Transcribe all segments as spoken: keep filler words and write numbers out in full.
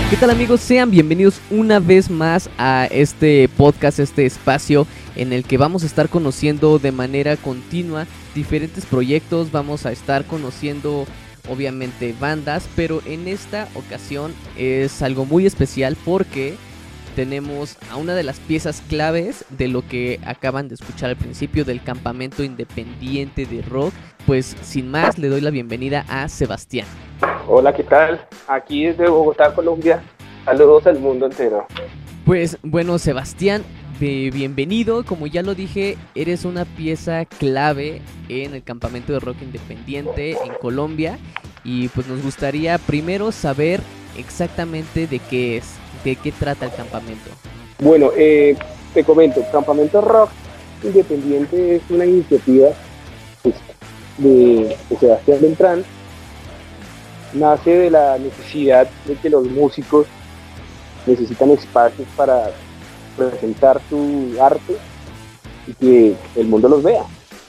¿Qué tal, amigos? Sean bienvenidos una vez más a este podcast, este espacio en el que vamos a estar conociendo de manera continua diferentes proyectos. Vamos a estar conociendo obviamente bandas, pero en esta ocasión es algo muy especial porque tenemos a una de las piezas claves de lo que acaban de escuchar al principio del campamento independiente de rock. Pues sin más, le doy la bienvenida a Sebastián. Hola, ¿qué tal? Aquí desde Bogotá, Colombia. Saludos al mundo entero. Pues bueno, Sebastián, de bienvenido. Como ya lo dije, eres una pieza clave en el campamento de rock independiente en Colombia. Y pues nos gustaría primero saber exactamente de qué es, de qué trata el campamento. Bueno, eh, te comento, Campamento Rock Independiente es una iniciativa pues, de, de Sebastián Beltrán. Nace de la necesidad de que los músicos necesitan espacios para presentar su arte y que el mundo los vea.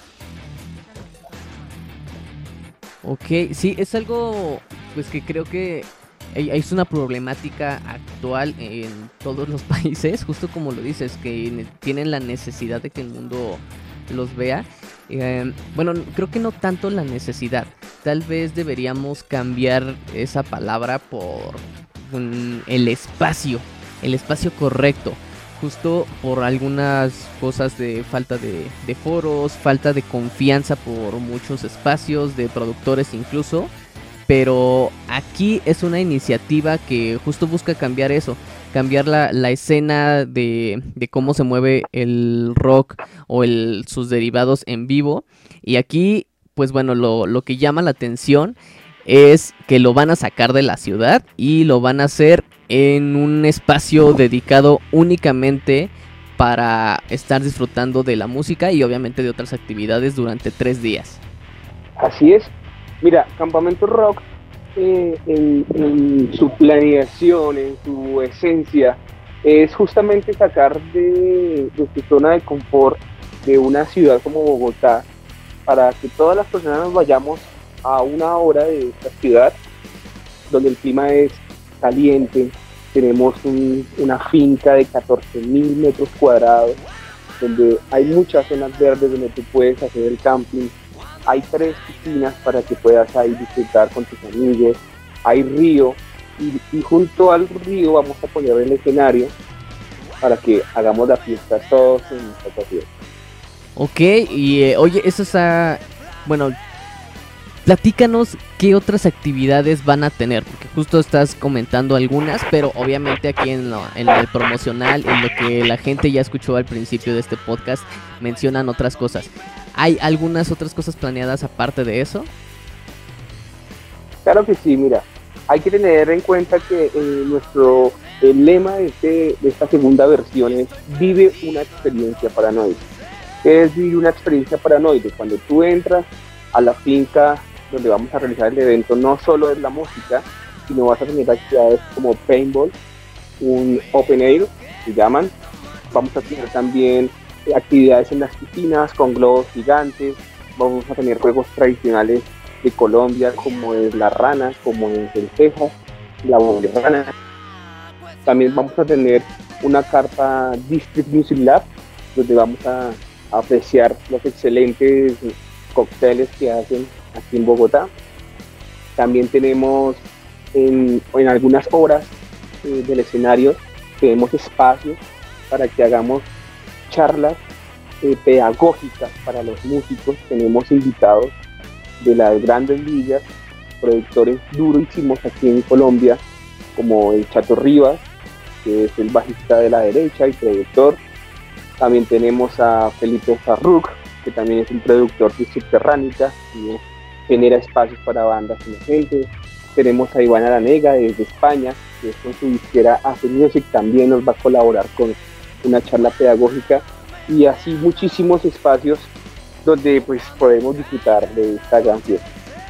Ok, sí, es algo pues que creo que es una problemática actual en todos los países, justo como lo dices, que tienen la necesidad de que el mundo los vea. Eh, bueno, creo que no tanto la necesidad, tal vez deberíamos cambiar esa palabra por um, el espacio, el espacio correcto, justo por algunas cosas de falta de, de foros, falta de confianza por muchos espacios, de productores incluso, pero aquí es una iniciativa que justo busca cambiar eso, cambiar la, la escena de, de cómo se mueve el rock o el, sus derivados en vivo. Y aquí, pues bueno, lo, lo que llama la atención es que lo van a sacar de la ciudad y lo van a hacer en un espacio dedicado únicamente para estar disfrutando de la música y obviamente de otras actividades durante tres días. Así es. Mira, Campamento Rock, eh, en, en su planeación, en su esencia, es justamente sacar de, de su zona de confort de una ciudad como Bogotá, para que todas las personas nos vayamos a una hora de esta ciudad, donde el clima es caliente. Tenemos un, una finca de catorce mil metros cuadrados, donde hay muchas zonas verdes donde tú puedes hacer el camping. Hay tres piscinas para que puedas ahí disfrutar con tus amigos. Hay río y, y junto al río vamos a poner el escenario para que hagamos la fiesta todos en esta ocasión. Ok, y eh, oye, eso está... Bueno, platícanos qué otras actividades van a tener, porque justo estás comentando algunas, pero obviamente aquí en, lo, en el promocional, en lo que la gente ya escuchó al principio de este podcast, mencionan otras cosas. ¿Hay algunas otras cosas planeadas aparte de eso? Claro que sí, mira, hay que tener en cuenta que eh, nuestro el lema de, este, de esta segunda versión es vive una experiencia paranoide. ¿Qué es vivir una experiencia paranoide? Cuando tú entras a la finca donde vamos a realizar el evento, no solo es la música, sino vas a tener actividades como paintball, un open air, se llaman. Vamos a tener también actividades en las piscinas con globos gigantes. Vamos a tener juegos tradicionales de Colombia, como es la rana, como es el ceja, la bolera. También vamos a tener una carpa District Music Lab, donde vamos a, a apreciar los excelentes cócteles que hacen aquí en Bogotá. También tenemos en, en algunas horas eh, del escenario, tenemos espacios para que hagamos charlas eh, pedagógicas para los músicos. Tenemos invitados de las grandes ligas, productores durísimos aquí en Colombia, como el Chato Rivas, que es el bajista de la derecha y productor. También tenemos a Felipe Farruk, que también es un productor de Subterránica y genera espacios para bandas emergentes. Tenemos a Iván Aranega desde España, que con su disquera Ace Music también nos va a colaborar con una charla pedagógica, y así muchísimos espacios donde pues podemos disfrutar de esta gran fiesta.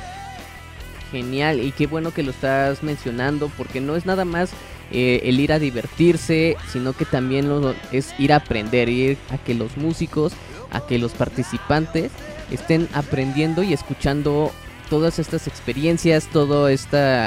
Genial, y qué bueno que lo estás mencionando, porque no es nada más eh, el ir a divertirse, sino que también lo, es ir a aprender, ir a que los músicos, a que los participantes estén aprendiendo y escuchando todas estas experiencias, toda esta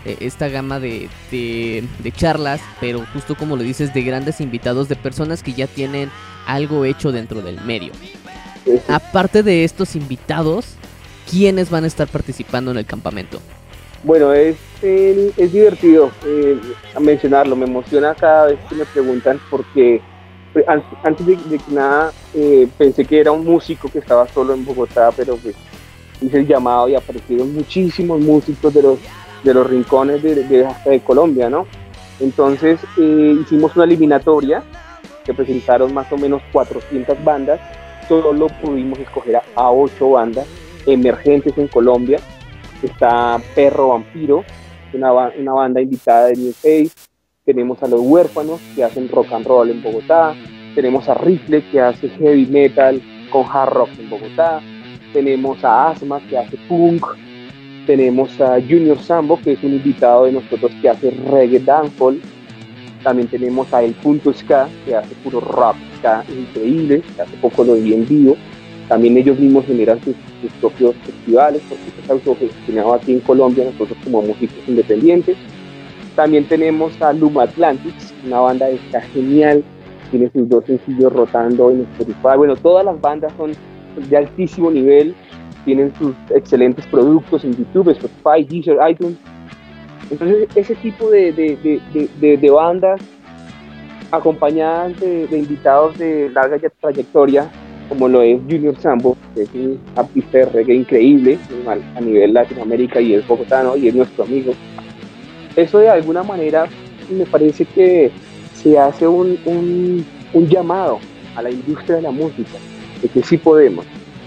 eh, esta gama de, de, de charlas, pero justo como lo dices, de grandes invitados, de personas que ya tienen algo hecho dentro del medio. Sí, sí. Aparte de estos invitados, ¿quiénes van a estar participando en el campamento? Bueno, es, eh, es divertido eh, mencionarlo, me emociona cada vez que me preguntan porque an- antes de, de que nada eh, pensé que era un músico que estaba solo en Bogotá, pero pues hice el llamado y aparecieron muchísimos músicos de los, de los rincones de, de, hasta de Colombia, ¿no? Entonces eh, hicimos una eliminatoria que presentaron más o menos cuatrocientas bandas, solo pudimos escoger a, a ocho bandas emergentes en Colombia. Está Perro Vampiro, una, una banda invitada de New Face. Tenemos a Los Huérfanos, que hacen rock and roll en Bogotá. Tenemos a Rifle, que hace heavy metal con hard rock en Bogotá. Tenemos a Asma, que hace punk. Tenemos a Junior Sambo, que es un invitado de nosotros que hace reggae dancehall. También tenemos a El Punto Ska, que hace puro rock ska increíble, que hace poco lo vi en vivo. También ellos mismos generan sus, sus propios festivales, porque es autogestionado aquí en Colombia, nosotros como músicos independientes. También tenemos a Luma Atlantics, una banda que está genial, tiene sus dos sencillos rotando en Spotify. Bueno, todas las bandas son de altísimo nivel, tienen sus excelentes productos en YouTube, Spotify, Deezer, iTunes. Entonces, ese tipo de, de, de, de, de, de bandas acompañadas de, de invitados de larga trayectoria, como lo es Junior Sambo, que es un artista de reggae increíble a nivel Latinoamérica y es bogotano y es nuestro amigo. Eso de alguna manera me parece que se hace un, un, un llamado a la industria de la música, de que sí podemos.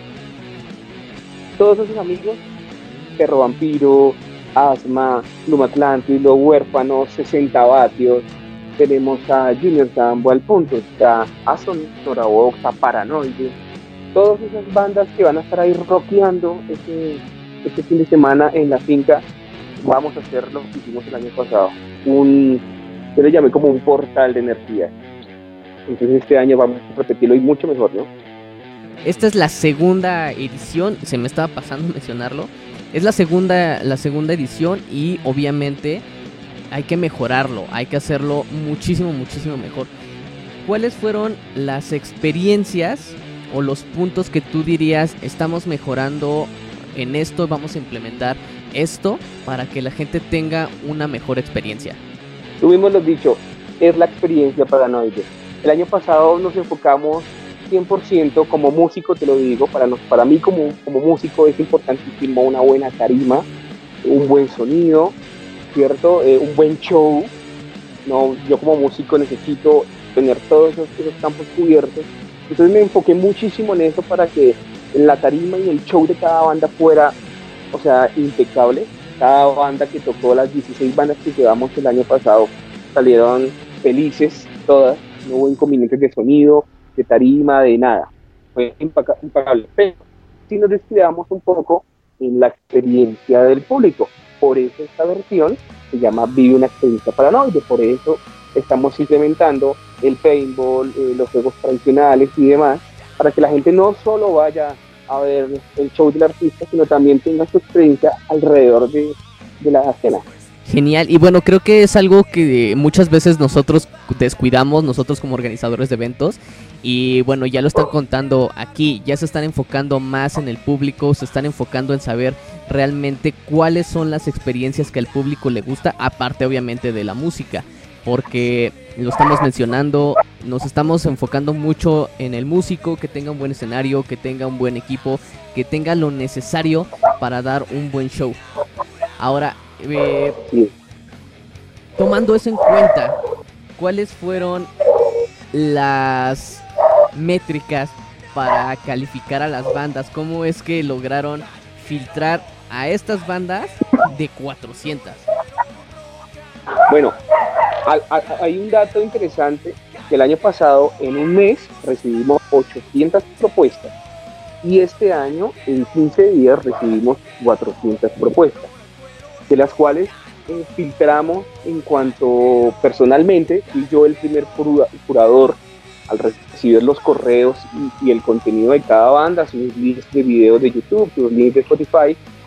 Todos esos amigos, Perro Vampiro, Asma, Luma Atlantis, Los Huérfanos, sesenta vatios, tenemos a Junior Sambo, Al Punto Ska, a Sonora Box, a Paranoide, todas esas bandas que van a estar ahí rockeando este, este fin de semana en la finca. Vamos a hacer lo que hicimos el año pasado, un, yo le llamé como un portal de energía. Entonces este año vamos a repetirlo y mucho mejor, ¿no? Esta es la segunda edición, se me estaba pasando mencionarlo, es la segunda, la segunda edición y obviamente hay que mejorarlo, hay que hacerlo muchísimo, muchísimo mejor. ¿Cuáles fueron las experiencias o los puntos que tú dirías, estamos mejorando en esto, vamos a implementar esto para que la gente tenga una mejor experiencia? Tú mismo lo has dicho, es la experiencia Paranoide. El año pasado nos enfocamos cien por ciento como músico, te lo digo, para, nos, para mí como, como músico es importantísimo una buena tarima, un buen sonido, ¿cierto? Eh, un buen show, ¿no? Yo como músico necesito tener todos esos, esos campos cubiertos. Entonces me enfoqué muchísimo en eso para que la tarima y el show de cada banda fuera, o sea, impecable. Cada banda que tocó, las dieciséis bandas que llevamos el año pasado, salieron felices todas, no hubo inconvenientes de sonido, de tarima, de nada. Fue impecable. Pero si nos descuidamos un poco en la experiencia del público. Por eso esta versión se llama Vive una experiencia Paranoide, por eso estamos implementando el paintball, eh, los juegos tradicionales y demás, para que la gente no solo vaya a ver el show del artista, sino también tenga su experiencia alrededor de, de la escena. Genial, y bueno, creo que es algo que muchas veces nosotros descuidamos, nosotros como organizadores de eventos, y bueno, ya lo están contando aquí, ya se están enfocando más en el público, se están enfocando en saber realmente cuáles son las experiencias que al público le gusta, aparte obviamente de la música, porque lo estamos mencionando, nos estamos enfocando mucho en el músico, que tenga un buen escenario, que tenga un buen equipo, que tenga lo necesario para dar un buen show. Ahora, Eh, Sí. tomando eso en cuenta, ¿cuáles fueron las métricas para calificar a las bandas? ¿Cómo es que lograron filtrar a estas bandas de cuatrocientas? Bueno, hay, hay un dato interesante, que el año pasado en un mes recibimos ochocientas propuestas y este año en quince días recibimos cuatrocientas propuestas, de las cuales eh, filtramos en cuanto personalmente, fui yo el primer curador al recibir los correos y, y el contenido de cada banda, sus links de videos de YouTube, sus links de Spotify,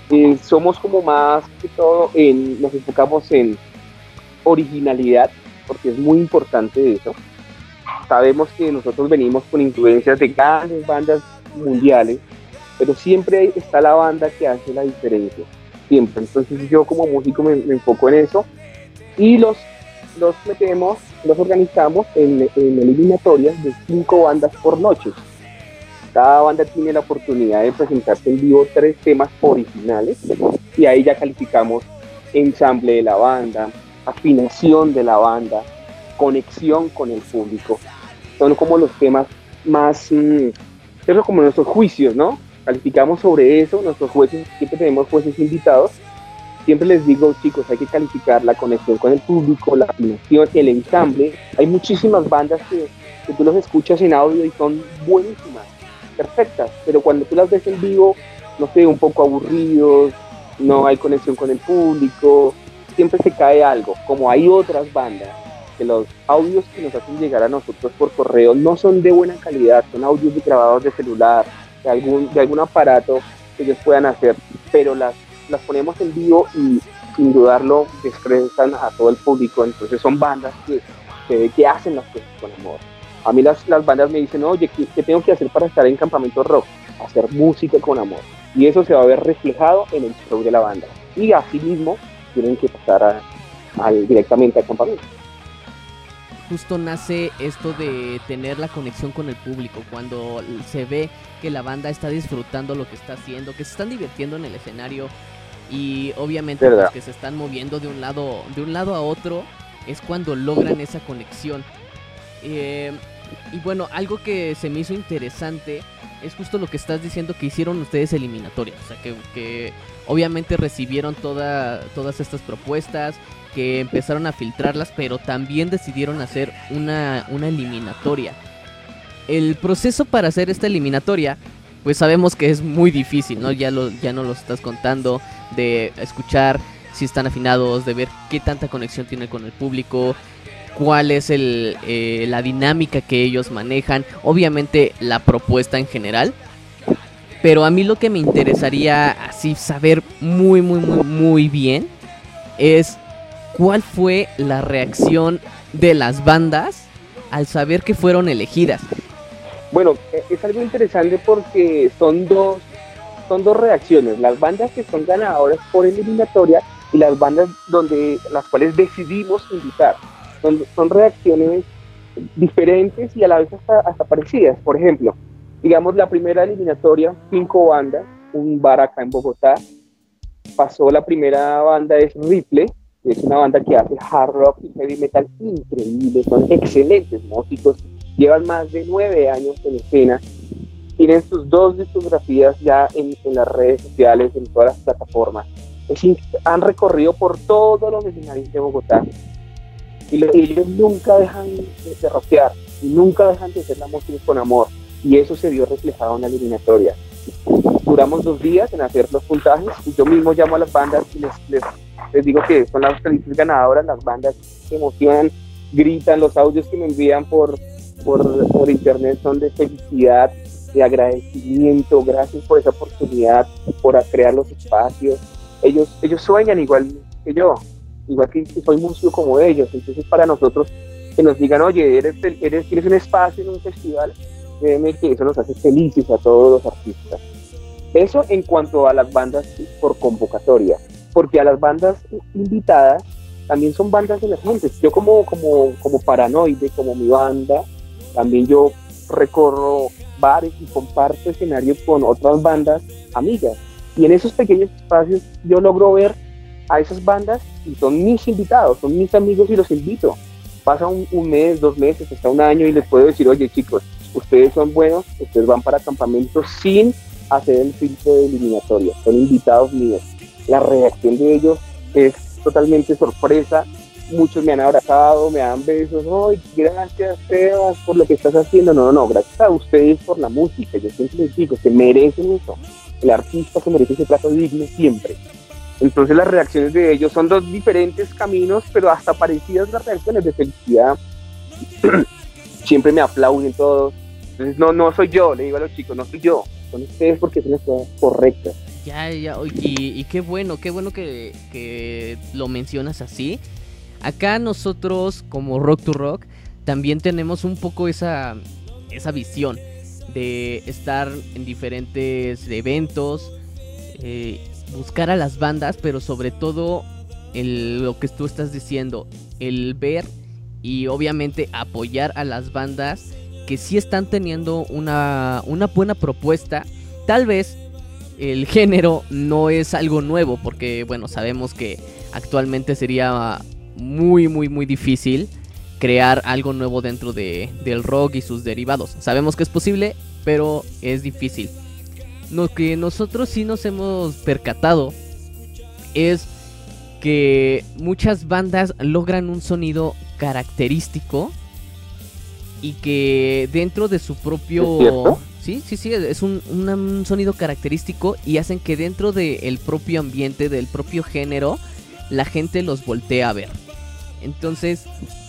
Eh, somos como más que todo, en, nos enfocamos en originalidad, porque es muy importante eso. Sabemos que nosotros venimos con influencias de grandes bandas mundiales, pero siempre está la banda que hace la diferencia, siempre. Entonces yo como músico me, me enfoco en eso y los, los metemos, los organizamos en, en eliminatorias de cinco bandas por noche. Cada banda tiene la oportunidad de presentarse en vivo tres temas originales y ahí ya calificamos ensamble de la banda, afinación de la banda, conexión con el público. Son como los temas más, mmm, eso como nuestros juicios, ¿no? Calificamos sobre eso, nuestros jueces, siempre tenemos jueces invitados. Siempre les digo, chicos, hay que calificar la conexión con el público, la afinación, el ensamble. Hay muchísimas bandas que, que tú los escuchas en audio y son buenísimas, perfectas, pero cuando tú las ves en vivo, no sé, un poco aburridos, no hay conexión con el público, siempre se cae algo. Como hay otras bandas que los audios que nos hacen llegar a nosotros por correo no son de buena calidad, son audios grabados de celular, de algún, de algún aparato que ellos puedan hacer, pero las, las ponemos en vivo y sin dudarlo despresan a todo el público. Entonces son bandas que, que, que hacen las cosas con amor. A mí las, las bandas me dicen, oye, ¿qué, ¿qué tengo que hacer para estar en Campamento Rock? Hacer música con amor. Y eso se va a ver reflejado en el show de la banda. Y así mismo tienen que pasar a, a, directamente al campamento. Justo nace esto de tener la conexión con el público, cuando se ve que la banda está disfrutando lo que está haciendo, que se están divirtiendo en el escenario y obviamente pues, que se están moviendo de un lado, de un lado a otro, es cuando logran esa conexión. Eh, y bueno, algo que se me hizo interesante es justo lo que estás diciendo, que hicieron ustedes eliminatorias, o sea que, que obviamente recibieron toda, todas estas propuestas, que empezaron a filtrarlas, pero también decidieron hacer una, una eliminatoria. El proceso para hacer esta eliminatoria, pues sabemos que es muy difícil, ¿no? Ya, lo, ya nos lo estás contando, de escuchar si están afinados, de ver qué tanta conexión tiene con el público, cuál es el, eh, la dinámica que ellos manejan, obviamente la propuesta en general. Pero a mí lo que me interesaría así saber muy, muy, muy, muy bien es cuál fue la reacción de las bandas al saber que fueron elegidas. Bueno, es algo interesante porque son dos, son dos reacciones. Las bandas que son ganadoras por eliminatoria y las bandas donde las cuales decidimos invitar. Son, son reacciones diferentes y a la vez hasta, hasta parecidas. Por ejemplo, digamos la primera eliminatoria, cinco bandas, un bar acá en Bogotá. Pasó la primera banda, es Ripple, que es una banda que hace hard rock y heavy metal increíble, son excelentes músicos, llevan más de nueve años en escena, tienen sus dos discografías ya en, en las redes sociales, en todas las plataformas. Es, han recorrido por todos los escenarios de Bogotá y lo, ellos nunca dejan de, de rockear y nunca dejan de hacer la música con amor, y eso se vio reflejado en la eliminatoria. Duramos dos días en hacer los puntajes y yo mismo llamo a las bandas y les, les, les digo que son las felices ganadoras. Las bandas se emocionan, gritan, los audios que me envían por, por, por internet son de felicidad, de agradecimiento, gracias por esa oportunidad, por crear los espacios. Ellos, ellos sueñan igual que yo, igual que, que soy músico como ellos. Entonces para nosotros que nos digan, oye, eres, eres, tienes un espacio en un festival, créeme que eso nos hace felices a todos los artistas. Eso en cuanto a las bandas por convocatoria, porque a las bandas invitadas también son bandas emergentes. Yo como, como, como Paranoide, como mi banda, también yo recorro bares y comparto escenario con otras bandas amigas. Y en esos pequeños espacios yo logro ver a esas bandas y son mis invitados, son mis amigos y los invito. Pasa un, un mes, dos meses, hasta un año y les puedo decir, oye chicos, ustedes son buenos, ustedes van para campamentos sin hacer el filtro de eliminatoria, son invitados míos. La reacción de ellos es totalmente sorpresa, muchos me han abrazado, me dan besos, ¡ay, gracias Sebas por lo que estás haciendo! No, no, no, gracias a ustedes por la música, yo siempre les digo, que merecen eso, el artista se merece ese trato digno siempre. Entonces las reacciones de ellos son dos diferentes caminos, pero hasta parecidas las reacciones de felicidad. Siempre me aplauden todos. Entonces no, no soy yo, le digo a los chicos, no soy yo, son ustedes porque son las cosas correctas. Ya, ya, oy, y, y qué bueno, qué bueno que, que lo mencionas así. Acá nosotros, como Rock to Rock, también tenemos un poco esa, esa visión de estar en diferentes eventos, eh, buscar a las bandas, pero sobre todo el, lo que tú estás diciendo, el ver y obviamente apoyar a las bandas que sí están teniendo una, una buena propuesta. Tal vez el género no es algo nuevo, porque bueno, sabemos que actualmente sería muy muy muy difícil crear algo nuevo dentro de, del rock y sus derivados. Sabemos que es posible, pero es difícil. Lo que nosotros sí nos hemos percatado es que muchas bandas logran un sonido característico y que dentro de su propio... Sí, sí, sí, es un, un, un sonido característico y hacen que dentro del propio ambiente, del propio género, la gente los voltee a ver. Entonces,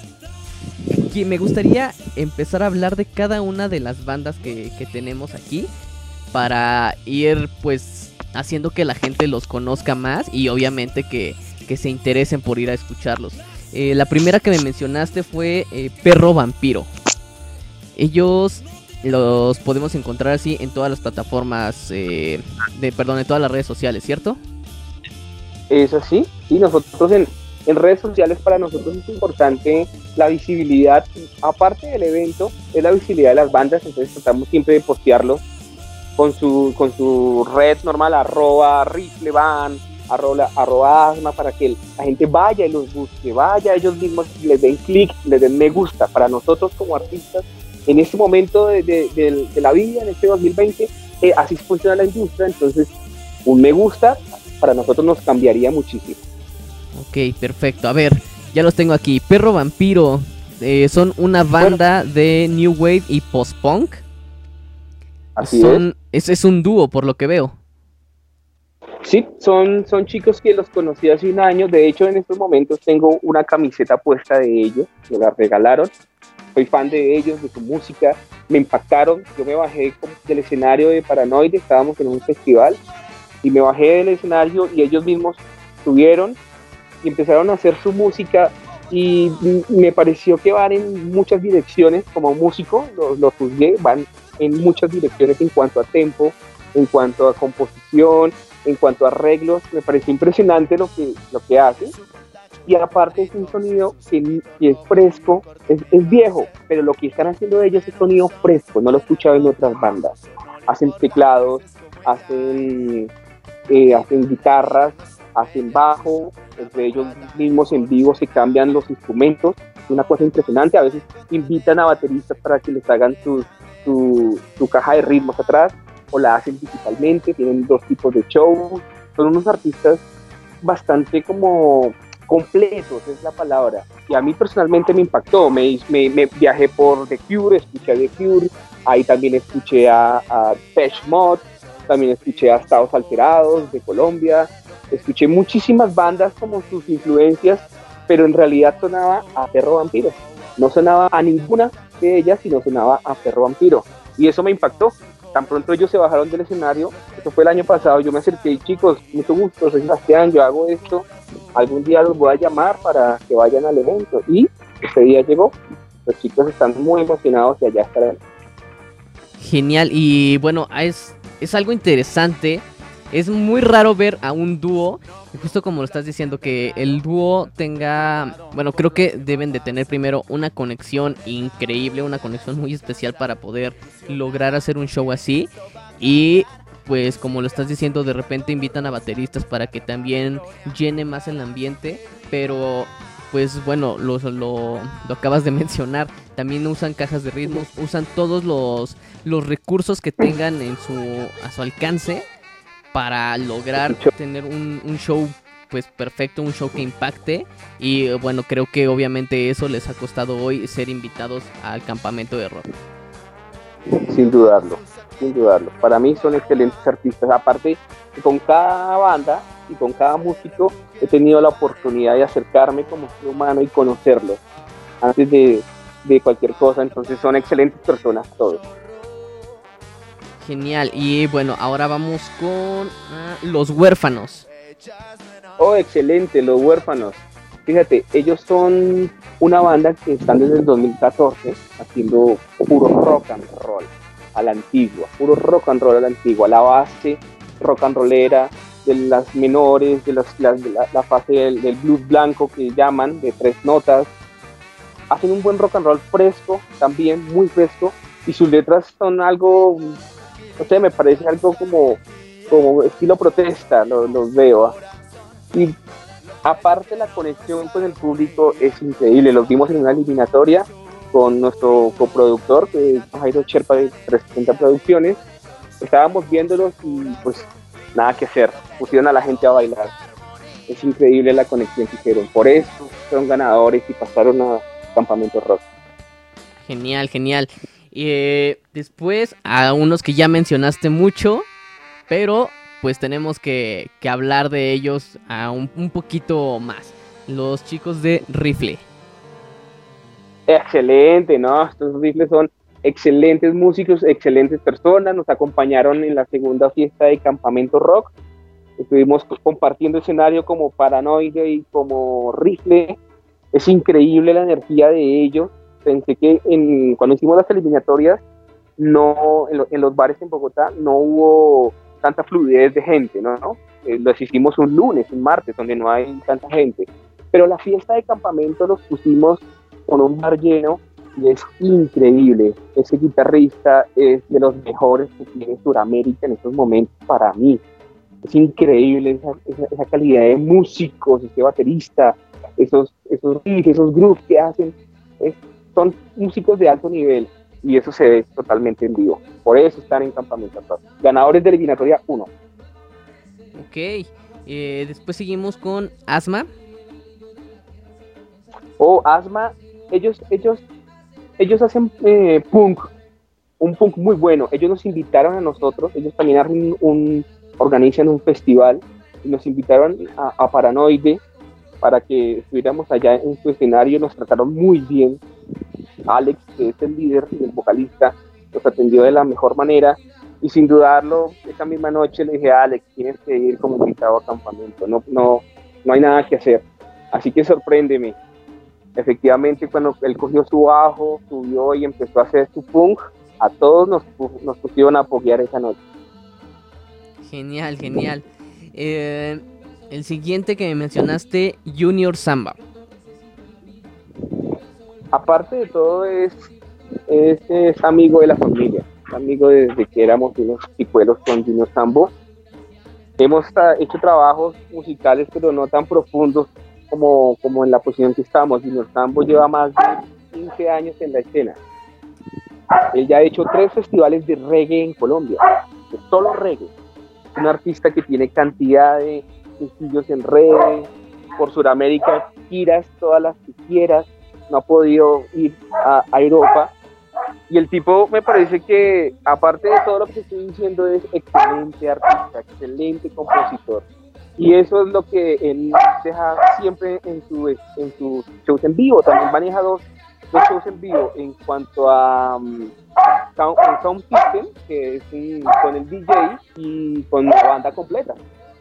me gustaría empezar a hablar de cada una de las bandas que, que tenemos aquí para ir pues haciendo que la gente los conozca más y obviamente que, que se interesen por ir a escucharlos. Eh, la primera que me mencionaste fue eh, Perro Vampiro. Ellos los podemos encontrar así en todas las plataformas, eh, de, perdón, en todas las redes sociales, ¿cierto? Es así, y nosotros en, en redes sociales para nosotros es importante la visibilidad, aparte del evento, es la visibilidad de las bandas, entonces tratamos siempre de postearlo con su, con su red normal, arroba rifleban, arroba, arroba asma, para que la gente vaya y los busque, vaya ellos mismos, les den clic, les den me gusta. Para nosotros como artistas, en este momento de, de, de, de la vida, en este dos mil veinte, eh, así funciona la industria, entonces un me gusta para nosotros nos cambiaría muchísimo. Ok, perfecto. A ver, ya los tengo aquí. Perro Vampiro, eh, son una banda bueno. de New Wave y Post-Punk. Así son, es. es. Es un dúo, por lo que veo. Sí, son, son chicos que los conocí hace un año. De hecho, en estos momentos tengo una camiseta puesta de ellos, me la regalaron. Soy fan de ellos, de su música, me impactaron. Yo me bajé del escenario de Paranoide, estábamos en un festival, y me bajé del escenario y ellos mismos subieron y empezaron a hacer su música y me pareció que van en muchas direcciones. Como músico, lo, lo juzgué, van en muchas direcciones en cuanto a tempo, en cuanto a composición, en cuanto a arreglos. Me pareció impresionante lo que, lo que hacen. Y aparte es un sonido que, que es fresco, es, es viejo, pero lo que están haciendo ellos es sonido fresco, no lo he escuchado en otras bandas. Hacen teclados, hacen, eh, hacen guitarras, hacen bajo, entre ellos mismos en vivo se cambian los instrumentos, es una cosa impresionante. A veces invitan a bateristas para que les hagan su, su, su caja de ritmos atrás, o la hacen digitalmente, tienen dos tipos de show, son unos artistas bastante como completos, es la palabra, y a mí personalmente me impactó. Me, me, me viajé por The Cure, escuché a The Cure, ahí también escuché a, a Depeche Mode, también escuché a Estados Alterados de Colombia, escuché muchísimas bandas como sus influencias, pero en realidad sonaba a Perro Vampiro, no sonaba a ninguna de ellas, sino sonaba a Perro Vampiro, y eso me impactó. Tan pronto ellos se bajaron del escenario, eso fue el año pasado, yo me acerqué y chicos, mucho gusto, soy Sebastián, yo hago esto, algún día los voy a llamar para que vayan al evento. Y ese día llegó, los chicos están muy emocionados y allá estarán. Genial, y bueno, es, es algo interesante. Es muy raro ver a un dúo, justo como lo estás diciendo, que el dúo tenga, bueno, creo que deben de tener primero una conexión increíble, una conexión muy especial para poder lograr hacer un show así. Y pues como lo estás diciendo, de repente invitan a bateristas para que también llene más el ambiente, pero pues bueno, lo, lo, lo acabas de mencionar, también usan cajas de ritmos, usan todos los, los recursos que tengan en su, a su alcance para lograr tener un, un show pues perfecto, un show que impacte. Y bueno, creo que obviamente eso les ha costado hoy ser invitados al campamento de rock. Sin dudarlo, sin dudarlo. Para mí son excelentes artistas. Aparte, con cada banda y con cada músico he tenido la oportunidad de acercarme como ser humano y conocerlos antes de, de cualquier cosa. Entonces son excelentes personas todos. Genial. Y bueno, ahora vamos con ah, Los Huérfanos. Oh, excelente, Los Huérfanos. Fíjate, ellos son una banda que están desde el dos mil catorce haciendo puro rock and roll a la antigua, puro rock and roll a la antigua, la base rock and rollera de las menores, de, las, las, de la, la fase del, del blues blanco que llaman, de tres notas. Hacen un buen rock and roll fresco, también muy fresco, y sus letras son algo, no sé, me parece algo como, como estilo protesta, lo, los veo. ¿eh? Y aparte la conexión con el público es increíble, los vimos en una eliminatoria con nuestro coproductor, que es Jairo Sherpa de trescientos sesenta Producciones. Estábamos viéndolos y pues nada que hacer, pusieron a la gente a bailar. Es increíble la conexión que hicieron, por eso fueron ganadores y pasaron a Campamento Rock. Genial, genial. Eh, después a unos que ya mencionaste mucho, pero pues tenemos que, que hablar de ellos a un, un poquito más. Los chicos de Rifle. Excelente, ¿no? Estos Rifles son excelentes músicos, excelentes personas. Nos acompañaron en la segunda fiesta de Campamento Rock. Estuvimos compartiendo escenario como Paranoide y como Rifle. Es increíble la energía de ellos. Pensé que en, cuando hicimos las eliminatorias, no, en, lo, en los bares en Bogotá no hubo tanta fluidez de gente, ¿no? ¿no? Eh, los hicimos un lunes, un martes, donde no hay tanta gente. Pero la fiesta de campamento los pusimos con un bar lleno y es increíble. Ese guitarrista es de los mejores que tiene Sudamérica en estos momentos para mí. Es increíble esa, esa, esa calidad de músicos, ese baterista, esos, esos riffs, esos grooves que hacen. Es, son músicos de alto nivel y eso se ve totalmente en vivo. Por eso están en Campamento Rock. Ganadores de eliminatoria uno. Ok, eh, después seguimos con Asma. Oh, Asma, ellos, ellos, ellos hacen eh, punk, un punk muy bueno. Ellos nos invitaron a nosotros, ellos también un, un, organizan un festival y nos invitaron a, a Paranoide para que estuviéramos allá en su escenario. Nos trataron muy bien. Alex, que es el líder y el vocalista, nos atendió de la mejor manera y sin dudarlo, esa misma noche le dije a Alex, tienes que ir como invitado a campamento, no, no, no hay nada que hacer, así que sorpréndeme. Efectivamente, cuando él cogió su bajo, subió y empezó a hacer su punk, a todos nos, nos pusieron a apoyar esa noche. Genial, genial. Eh, el siguiente que me mencionaste, Junior Samba. Aparte de todo, es, es, es amigo de la familia, amigo desde que éramos unos chicuelos con Junior Sambo. Hemos tra- hecho trabajos musicales, pero no tan profundos como, como en la posición que estamos. Junior Sambo lleva más de quince años en la escena. Él ya ha hecho tres festivales de reggae en Colombia, de solo reggae. Es un artista que tiene cantidad de sencillos en reggae, por Sudamérica, giras todas las que quieras. No ha podido ir a, a Europa y el tipo me parece que aparte de todo lo que estoy diciendo es excelente artista, excelente compositor y eso es lo que él deja siempre en su en sus shows en vivo. También maneja dos, dos shows en vivo en cuanto a um, sound, sound System, que es un, con el D J y con la banda completa.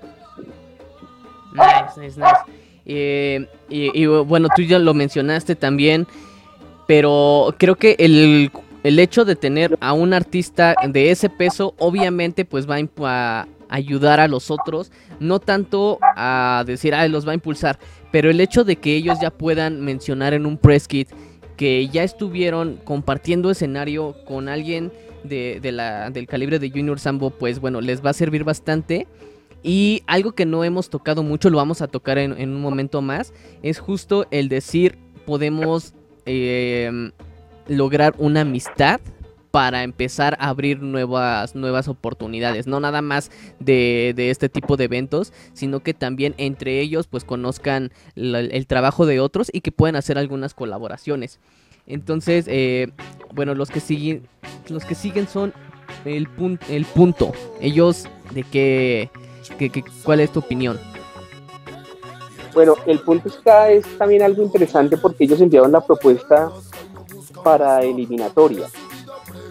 Nice, nice, nice. Eh, y, y bueno, tú ya lo mencionaste también, pero creo que el, el hecho de tener a un artista de ese peso, obviamente, pues va a, a ayudar a los otros, no tanto a decir, ah, los va a impulsar, pero el hecho de que ellos ya puedan mencionar en un press kit que ya estuvieron compartiendo escenario con alguien de, de la, del calibre de Junior Sambo, pues bueno, les va a servir bastante. Y algo que no hemos tocado mucho, lo vamos a tocar en, en un momento más, es justo el decir, podemos eh, lograr una amistad para empezar a abrir nuevas, nuevas oportunidades, no nada más de, de este tipo de eventos, sino que también entre ellos pues conozcan la, el trabajo de otros y que puedan hacer algunas colaboraciones. Entonces, eh, bueno, los que siguen, los que siguen son el, pun- el punto, ellos de qué... ¿Qué, qué, ¿Cuál es tu opinión? Bueno, el punto acá es también algo interesante porque ellos enviaron la propuesta para eliminatoria.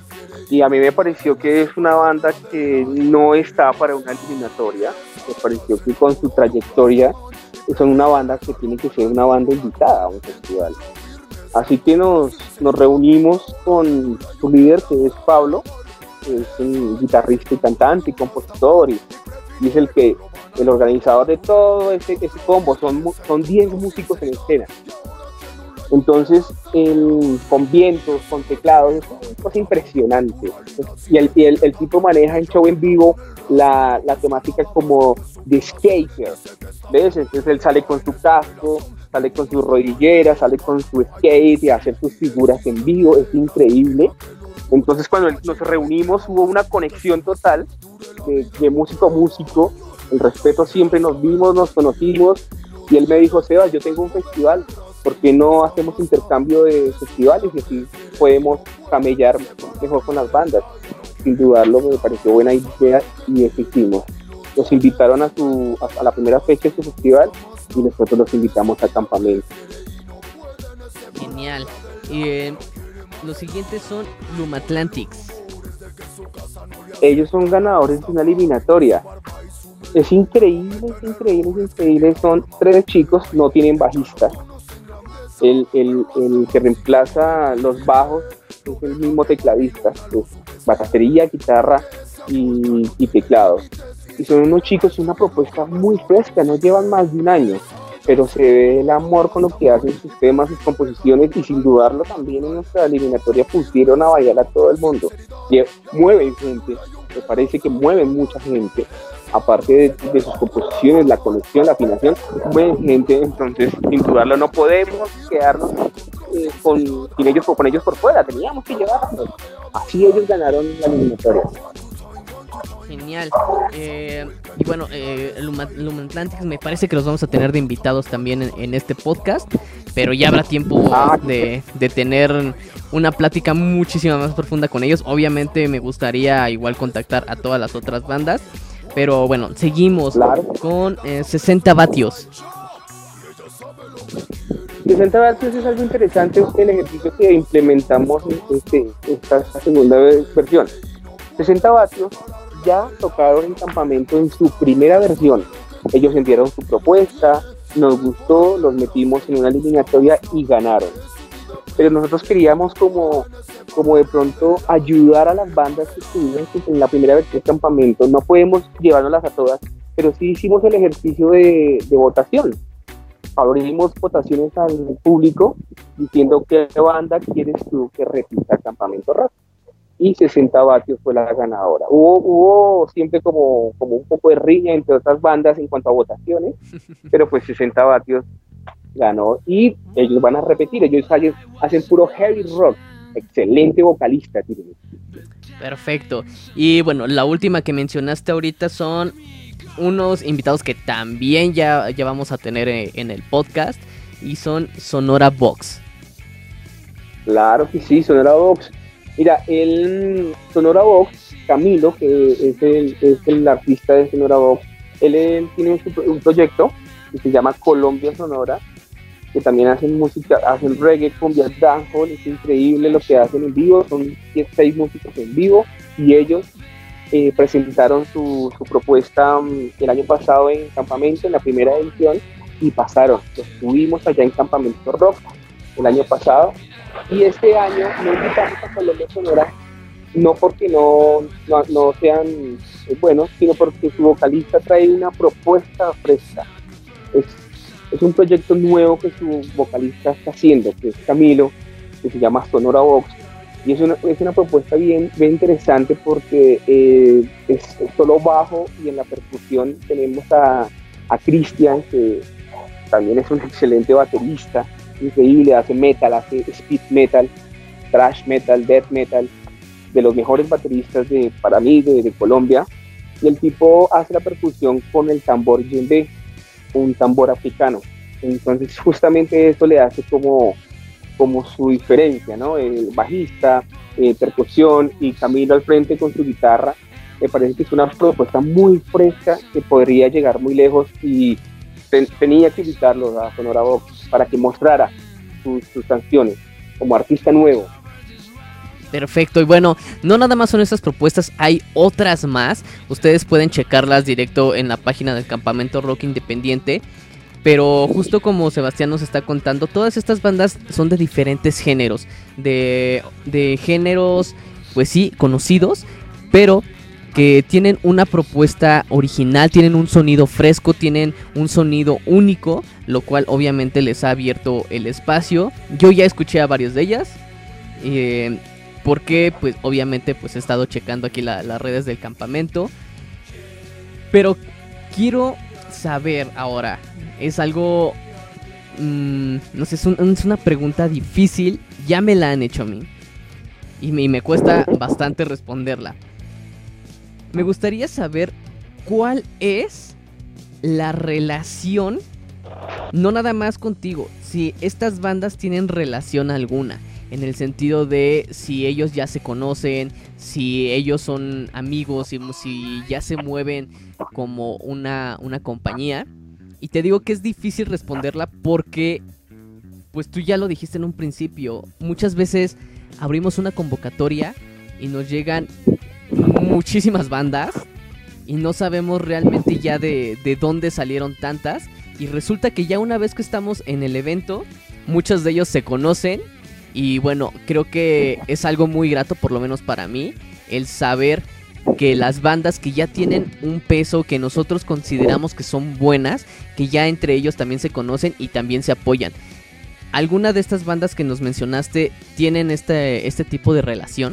y a mí me pareció que es una banda que no está para una eliminatoria. Me pareció que con su trayectoria son una banda que tiene que ser una banda invitada a un festival. Así que nos, nos reunimos con su líder, que es Pablo, que es un guitarrista y cantante y compositor, y, y es el que el organizador de todo ese, ese combo. Son son diez músicos en escena. Entonces, el, con vientos, con teclados, es una cosa impresionante. Y el, y el, el tipo maneja en show en vivo la, la temática como de skater, ¿ves? Entonces él sale con su casco, sale con su rodillera, sale con su skate y hace sus figuras en vivo, es increíble. Entonces, cuando nos reunimos, hubo una conexión total de, de músico a músico, el respeto siempre, nos vimos, nos conocimos, y él me dijo: Sebas, yo tengo un festival, ¿por qué no hacemos intercambio de festivales y así podemos camellar mejor con las bandas? Sin dudarlo, me pareció buena idea y eso hicimos. Nos invitaron a, su, a, a la primera fecha de su festival y nosotros los invitamos a campamento. Genial. Eh, los siguientes son Lumatlantics. Ellos son ganadores de una eliminatoria. Es increíble, es increíble, es increíble. Son tres chicos, no tienen bajista. El, el, el que reemplaza los bajos es el mismo tecladista, es batería, guitarra y, y teclado. Y son unos chicos, una propuesta muy fresca, no llevan más de un año, pero se ve el amor con lo que hacen sus temas, sus composiciones, y sin dudarlo también en nuestra eliminatoria pusieron a bailar a todo el mundo. Y mueven gente, me parece que mueven mucha gente. Aparte de, de sus composiciones, la conexión, la afinación, mueven gente. Entonces, sin dudarlo, no podemos quedarnos eh, con, sin ellos, con ellos por fuera, teníamos que llevarlos. Así ellos ganaron la eliminatoria. Genial. Eh, y bueno, eh, Lumatlantics me parece que los vamos a tener de invitados también en, en este podcast, pero ya habrá tiempo de, de tener una plática muchísimo más profunda con ellos. Obviamente me gustaría igual contactar a todas las otras bandas, pero bueno, seguimos claro. con eh, sesenta vatios. sesenta vatios es algo interesante, el ejercicio que implementamos en este, esta segunda versión. sesenta vatios ya tocaron en campamento en su primera versión. Ellos enviaron su propuesta, nos gustó, los metimos en una eliminatoria y ganaron. Pero nosotros queríamos como, como de pronto ayudar a las bandas que estuvieron en la primera versión de campamento. No podemos llevárnoslas a todas, pero sí hicimos el ejercicio de, de votación. Abrimos votaciones al público diciendo qué banda quieres tú que repita Campamento Rock. Y sesenta vatios fue la ganadora. Hubo, hubo siempre como, como un poco de riña entre otras bandas en cuanto a votaciones, pero pues sesenta vatios ganó y ellos van a repetir. Ellos hacen, hacen puro heavy rock. Excelente vocalista tienen. Perfecto. Y bueno, la última que mencionaste ahorita son unos invitados que también ya, ya vamos a tener en el podcast, y son Sonora Box. Claro que sí, Sonora Box. Mira, el Sonora Box, Camilo, que es el, es el artista de Sonora Box, él, él tiene un, un proyecto que se llama Colombia Sonora, que también hacen música, hacen reggae, cumbia, dancehall. Es increíble lo que hacen en vivo, son seis músicos en vivo, y ellos eh, presentaron su, su propuesta um, el año pasado en Campamento, en la primera edición, y pasaron. Los tuvimos allá en Campamento Rock el año pasado, y este año no invitamos a Colombia Sonora, no porque no, no, no sean eh, buenos, sino porque su vocalista trae una propuesta fresca. Es, es un proyecto nuevo que su vocalista está haciendo, que es Camilo, que se llama Sonora Box, y es una, es una propuesta bien, bien interesante porque eh, es solo bajo, y en la percusión tenemos a, a Cristian, que también es un excelente baterista, increíble, hace metal, hace speed metal, thrash metal, death metal, de los mejores bateristas de, para mí, de, de Colombia. Y el tipo hace la percusión con el tambor djembe, un tambor africano. Entonces justamente eso le hace como, como su diferencia, ¿no? El bajista, eh, percusión, y Camilo al frente con su guitarra. Me parece que es una propuesta muy fresca que podría llegar muy lejos, y ten, tenía que invitarlo a Sonora Box para que mostrara sus, sus canciones como artista nuevo. Perfecto, y bueno, no nada más son estas propuestas, hay otras más. Ustedes pueden checarlas directo en la página del Campamento Rock Independiente. Pero justo como Sebastián nos está contando, todas estas bandas son de diferentes géneros. De, de géneros, pues sí, conocidos, pero que tienen una propuesta original, tienen un sonido fresco, tienen un sonido único, lo cual obviamente les ha abierto el espacio. Yo ya escuché a varias de ellas. Eh... Porque, pues, obviamente, pues he estado checando aquí la, las redes del campamento. Pero quiero saber ahora. Es algo... Mmm, no sé, es, un, es una pregunta difícil. Ya me la han hecho a mí. Y me, y me cuesta bastante responderla. Me gustaría saber cuál es la relación. No nada más contigo. Si estas bandas tienen relación alguna. En el sentido de si ellos ya se conocen, si ellos son amigos, si, si ya se mueven como una, una compañía. Y te digo que es difícil responderla porque, pues tú ya lo dijiste en un principio, muchas veces abrimos una convocatoria y nos llegan muchísimas bandas y no sabemos realmente ya de, de dónde salieron tantas. Y resulta que ya una vez que estamos en el evento, muchos de ellos se conocen. Y bueno, creo que es algo muy grato, por lo menos para mí, el saber que las bandas que ya tienen un peso, que nosotros consideramos que son buenas, que ya entre ellos también se conocen y también se apoyan. ¿Alguna de estas bandas que nos mencionaste tienen este, este tipo de relación?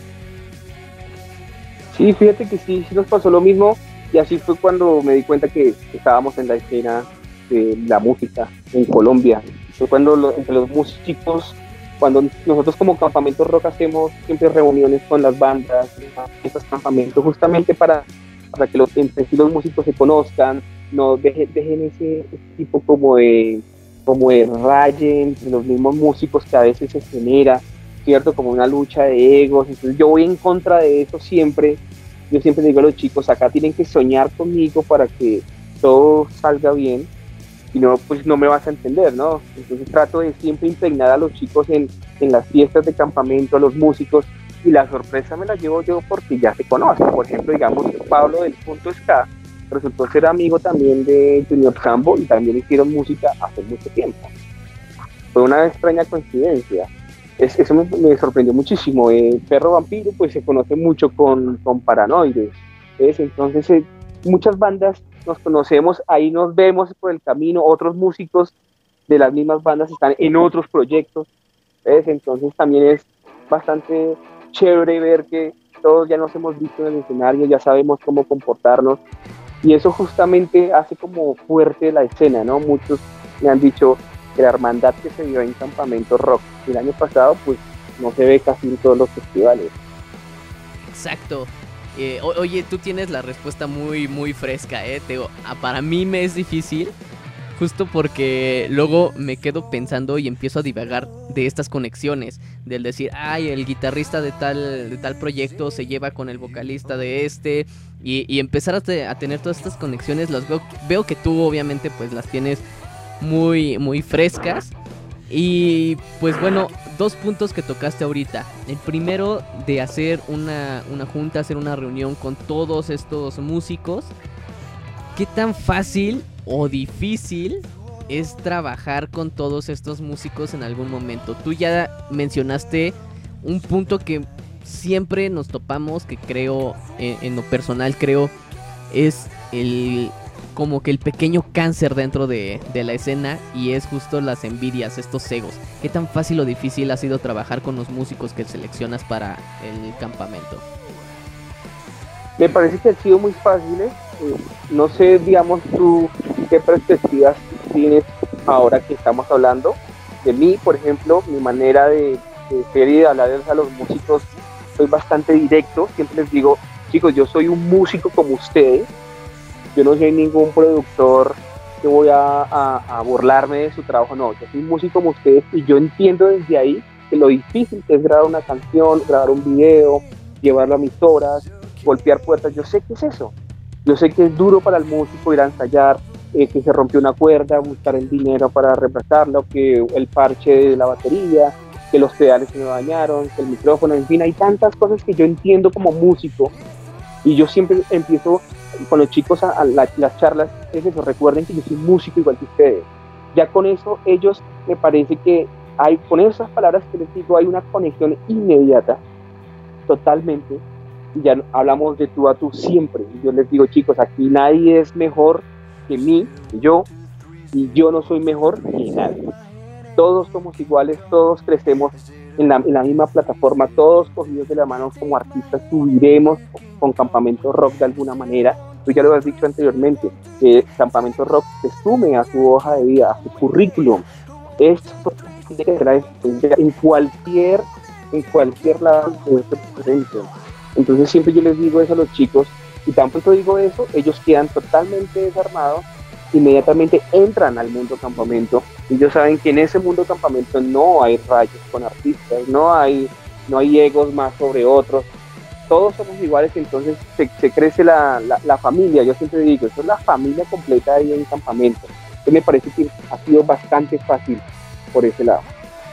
Sí, fíjate que sí, sí nos pasó lo mismo, y así fue cuando me di cuenta que estábamos en la escena de la música en Colombia. Fue cuando lo, entre los músicos, cuando nosotros como Campamento Rock hacemos siempre reuniones con las bandas, estos campamentos justamente para, para que los, entre sí los músicos se conozcan, no dejen, dejen ese, ese tipo como de, como de raye entre los mismos músicos que a veces se genera, ¿cierto? Como una lucha de egos. Entonces yo voy en contra de eso siempre. Yo siempre digo a los chicos, acá tienen que soñar conmigo para que todo salga bien. Si no, pues no me vas a entender, ¿no? Entonces trato de siempre impregnar a los chicos en, en las fiestas de campamento, a los músicos, y la sorpresa me la llevo yo porque ya se conocen. Por ejemplo, digamos, Pablo del Punto Ska resultó ser amigo también de Junior Sambo y también hicieron música hace mucho tiempo. Fue una extraña coincidencia. Es, eso me, me sorprendió muchísimo. Eh, Perro Vampiro pues se conoce mucho con, con Paranoide. ¿Ves? Entonces eh, muchas bandas nos conocemos, ahí nos vemos por el camino, otros músicos de las mismas bandas están en otros proyectos, ¿ves? Entonces también es bastante chévere ver que todos ya nos hemos visto en el escenario, ya sabemos cómo comportarnos, y eso justamente hace como fuerte la escena, ¿no? Muchos me han dicho que la hermandad que se vio en Campamento Rock el año pasado, pues no se ve casi en todos los festivales. Exacto. Eh, o- oye, tú tienes la respuesta muy, muy fresca, ¿eh? Te digo, ah, para mí me es difícil, justo porque luego me quedo pensando y empiezo a divagar de estas conexiones, del decir, ay, el guitarrista de tal, de tal proyecto se lleva con el vocalista de este, y, y empezar a, te- a tener todas estas conexiones. Las veo, veo que tú obviamente pues las tienes muy, muy frescas. Y pues bueno, dos puntos que tocaste ahorita. El primero de hacer una, una junta, hacer una reunión con todos estos músicos. ¿Qué tan fácil o difícil es trabajar con todos estos músicos en algún momento? Tú ya mencionaste un punto que siempre nos topamos, que creo, en, en lo personal creo, es el como que el pequeño cáncer dentro de, de la escena, y es justo las envidias, estos egos. ¿Qué tan fácil o difícil ha sido trabajar con los músicos que seleccionas para el campamento? Me parece que han sido muy fáciles. Eh, no sé, digamos, tú qué perspectivas tienes ahora que estamos hablando. De mí, por ejemplo, mi manera de, de ser y de hablarles a los músicos, soy bastante directo. Siempre les digo, chicos, yo soy un músico como ustedes. Yo no soy ningún productor que voy a, a, a burlarme de su trabajo. No, yo soy un músico como ustedes, y yo entiendo desde ahí que lo difícil que es grabar una canción, grabar un video, llevarlo a mis horas, golpear puertas. Yo sé que es eso. Yo sé que es duro para el músico ir a ensayar, eh, que se rompió una cuerda, buscar el dinero para reemplazarlo, que el parche de la batería. que los pedales se me dañaron, que el micrófono, en fin, hay tantas cosas que yo entiendo como músico, y yo siempre empiezo con los chicos a, a la, las charlas, es eso, recuerden que yo soy músico igual que ustedes. Ya con eso ellos, me parece que hay, con esas palabras que les digo, hay una conexión inmediata, totalmente, y ya hablamos de tú a tú siempre. Yo les digo, chicos, aquí nadie es mejor que mí, que yo, y yo no soy mejor que nadie. Todos somos iguales, todos crecemos en la, en la misma plataforma, todos cogidos de la mano como artistas, subiremos con Campamento Rock de alguna manera. Tú ya lo has dicho anteriormente, que Campamento Rock se sume a su hoja de vida, a su currículum. Esto en cualquier, en cualquier lado de este presente. Entonces siempre yo les digo eso a los chicos, y tan pronto digo eso, ellos quedan totalmente desarmados, inmediatamente entran al mundo campamento, y ellos saben que en ese mundo campamento no hay rayos con artistas, no hay, no hay egos más sobre otros, todos somos iguales. Entonces se, se crece la, la, la familia. Yo siempre digo, eso es la familia completa ahí en campamento. Entonces me parece que ha sido bastante fácil por ese lado.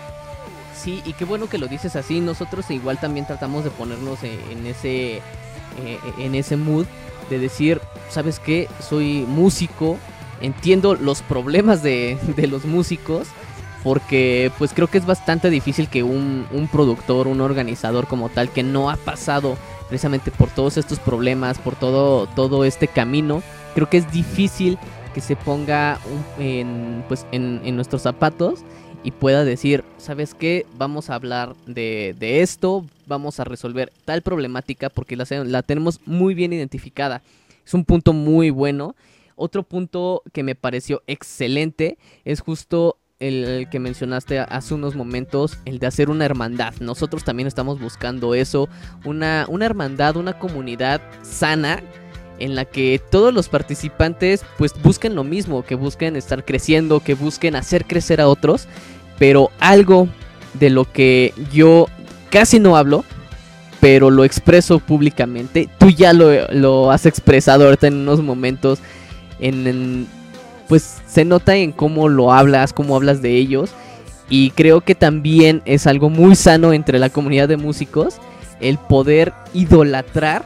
Sí, y qué bueno que lo dices así. Nosotros igual también tratamos de ponernos en ese, eh, en ese mood de decir, ¿sabes qué? Soy músico, entiendo los problemas de, de los músicos, porque pues creo que es bastante difícil que un, un productor, un organizador como tal, que no ha pasado precisamente por todos estos problemas, por todo, todo este camino, creo que es difícil que se ponga un, en, pues, en, en nuestros zapatos y pueda decir, ¿sabes qué? Vamos a hablar de, de esto, vamos a resolver tal problemática porque la, la tenemos muy bien identificada. Es un punto muy bueno. Otro punto que me pareció excelente es justo el, el que mencionaste hace unos momentos, el de hacer una hermandad. Nosotros también estamos buscando eso, una, una hermandad, una comunidad sana, en la que todos los participantes pues busquen lo mismo, que busquen estar creciendo, que busquen hacer crecer a otros. Pero algo de lo que yo casi no hablo, pero lo expreso públicamente, tú ya lo, lo has expresado ahorita en unos momentos, en, en, pues se nota en cómo lo hablas, cómo hablas de ellos, y creo que también es algo muy sano entre la comunidad de músicos, el poder idolatrar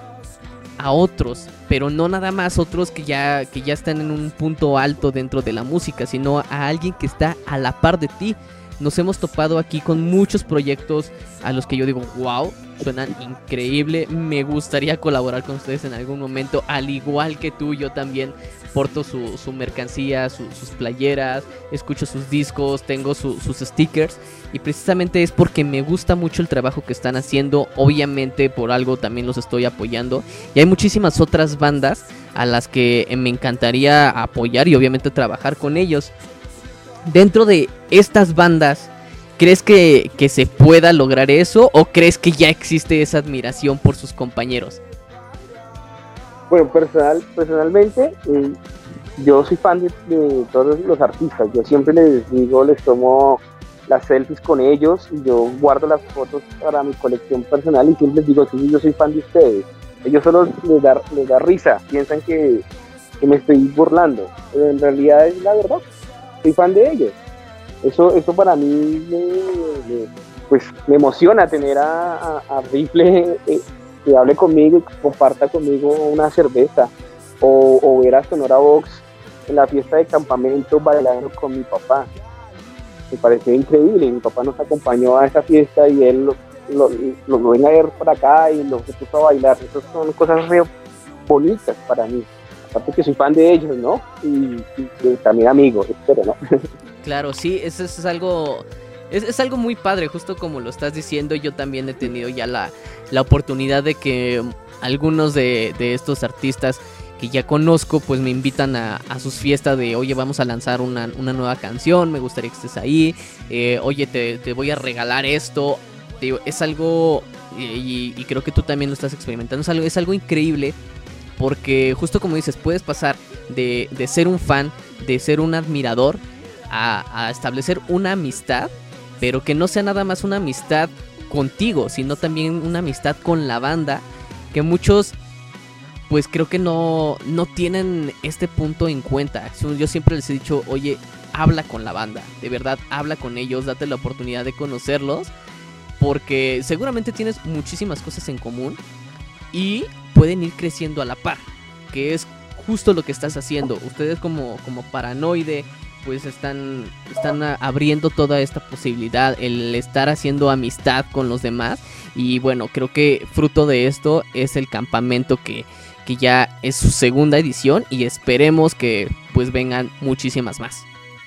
a otros, pero no nada más otros que ya, que ya están en un punto alto dentro de la música, sino a alguien que está a la par de ti. Nos hemos topado aquí con muchos proyectos a los que yo digo, wow, suenan increíble, me gustaría colaborar con ustedes en algún momento, al igual que tú. Yo también porto su, su mercancía, su, sus playeras, escucho sus discos, tengo su, sus stickers, y precisamente es porque me gusta mucho el trabajo que están haciendo. Obviamente por algo también los estoy apoyando, y hay muchísimas otras bandas a las que me encantaría apoyar y obviamente trabajar con ellos. Dentro de estas bandas, ¿crees que, que se pueda lograr eso, o crees que ya existe esa admiración por sus compañeros? Bueno, personal, personalmente, eh, yo soy fan de, de todos los artistas. Yo siempre les digo, les tomo las selfies con ellos, y yo guardo las fotos para mi colección personal, y siempre les digo, sí, yo soy fan de ustedes. Ellos solo les da, les da risa, piensan que, que me estoy burlando, pero en realidad es la verdad. Soy fan de ellos. Eso, eso para mí me, me, pues, me emociona tener a, a, a Rifle eh, que hable conmigo y que comparta conmigo una cerveza, o, o ver a Sonora Box en la fiesta de campamento bailando con mi papá. Me pareció increíble. Mi papá nos acompañó a esa fiesta y él lo, lo, lo, lo ven a ver por acá y lo se puso a bailar. Esas son cosas re bonitas para mí. Aparte que soy fan de ellos, ¿no? Y, y, y también amigo, espero, ¿no? Claro, sí, eso, eso es algo, es, es algo muy padre, justo como lo estás diciendo. Yo también he tenido ya la, la oportunidad de que algunos de, de estos artistas que ya conozco, pues me invitan a, a sus fiestas de, oye, vamos a lanzar una, una nueva canción, me gustaría que estés ahí, eh, oye, te, te voy a regalar esto. Digo, es algo, y, y creo que tú también lo estás experimentando, es algo, es algo increíble. Porque justo como dices, puedes pasar de, de ser un fan, de ser un admirador, a, a establecer una amistad, pero que no sea nada más una amistad contigo, sino también una amistad con la banda, que muchos pues creo que no, no tienen este punto en cuenta. Yo siempre les he dicho, oye, habla con la banda, de verdad habla con ellos, date la oportunidad de conocerlos, porque seguramente tienes muchísimas cosas en común y pueden ir creciendo a la par, que es justo lo que estás haciendo. Ustedes como, como Paranoide pues están, están abriendo toda esta posibilidad, el estar haciendo amistad con los demás. Y bueno, creo que fruto de esto es el campamento que, que ya es su segunda edición, y esperemos que pues vengan muchísimas más.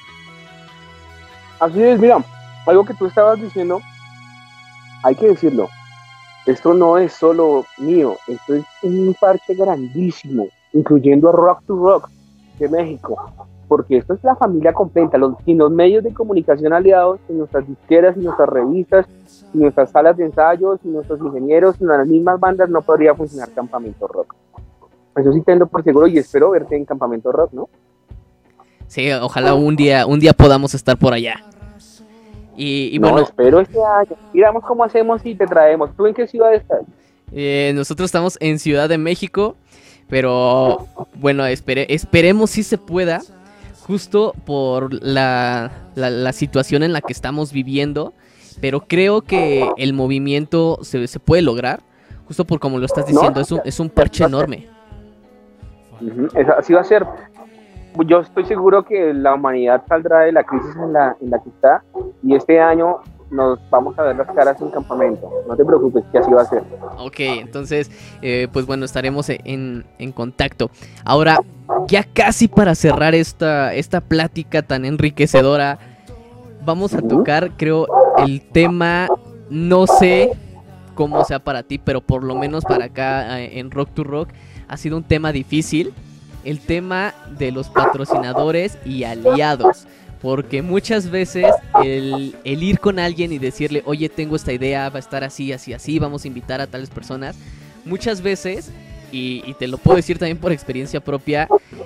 Así es, mira, algo que tú estabas diciendo, hay que decirlo, esto no es solo mío, esto es un parche grandísimo, incluyendo a Rock to Rock de México, porque esto es la familia completa, los, sin los medios de comunicación aliados, sin nuestras disqueras, sin nuestras revistas, sin nuestras salas de ensayo, sin nuestros ingenieros, sin las mismas bandas, no podría funcionar Campamento Rock. Eso sí tengo por seguro, y espero verte en Campamento Rock, ¿no? Sí, ojalá un día, un día podamos estar por allá. Y, y no, bueno, espero este año. Miramos cómo hacemos y te traemos. ¿Tú en qué ciudad estás? Eh, nosotros estamos en Ciudad de México, pero bueno, espere, esperemos si se pueda, justo por la, la, la situación en la que estamos viviendo, pero creo que el movimiento se, se puede lograr, justo por como lo estás diciendo, no, es, un, es un parche enorme. Uh-huh. Así va a ser. Yo estoy seguro que la humanidad saldrá de la crisis en la, en la que está, y este año nos vamos a ver las caras en Campamento. No te preocupes, que así va a ser. Ok, entonces, eh, pues bueno, estaremos en, en contacto. Ahora, ya casi para cerrar esta, esta plática tan enriquecedora, vamos a tocar, creo, el tema, no sé cómo sea para ti, pero por lo menos para acá eh, en Rock to Rock ha sido un tema difícil, el tema de los patrocinadores y aliados. Porque muchas veces el, el ir con alguien y decirle, oye, tengo esta idea, va a estar así, así, así, vamos a invitar a tales personas, muchas veces, y, y te lo puedo decir también por experiencia propia,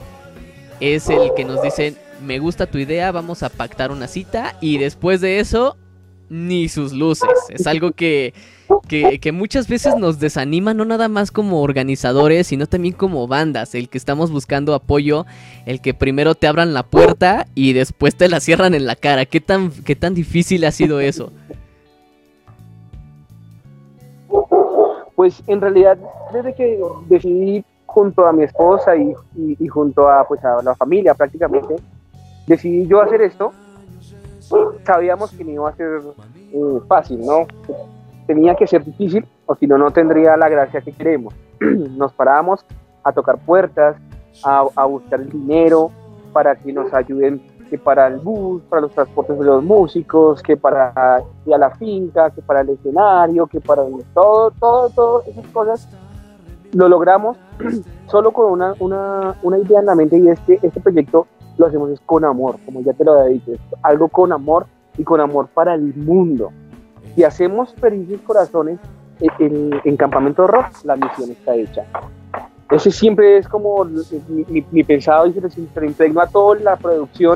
es el que nos dicen, me gusta tu idea, vamos a pactar una cita, y después de eso, ni sus luces. Es algo que, que, que muchas veces nos desanima, no nada más como organizadores, sino también como bandas, el que estamos buscando apoyo, el que primero te abran la puerta y después te la cierran en la cara. ¿Qué tan, qué tan difícil ha sido eso? Pues en realidad, desde que decidí junto a mi esposa y, y, y junto a, pues, a la familia prácticamente, decidí yo hacer esto, sabíamos que no iba a ser eh, fácil, ¿no? Tenía que ser difícil, o si no, no tendría la gracia que queremos. Nos parábamos a tocar puertas, a, a buscar el dinero para que nos ayuden, que para el bus, para los transportes de los músicos, que para ir a la finca, que para el escenario, que para el, todo, todo, todas esas cosas. Lo logramos solo con una, una, una idea en la mente, y este, este proyecto lo hacemos es con amor, como ya te lo había dicho, es algo con amor y con amor para el mundo. Si hacemos felices corazones en, en, en Campamento Rock, la misión está hecha. Ese siempre es como mi, mi, mi pensado, y se lo impregno a toda la producción,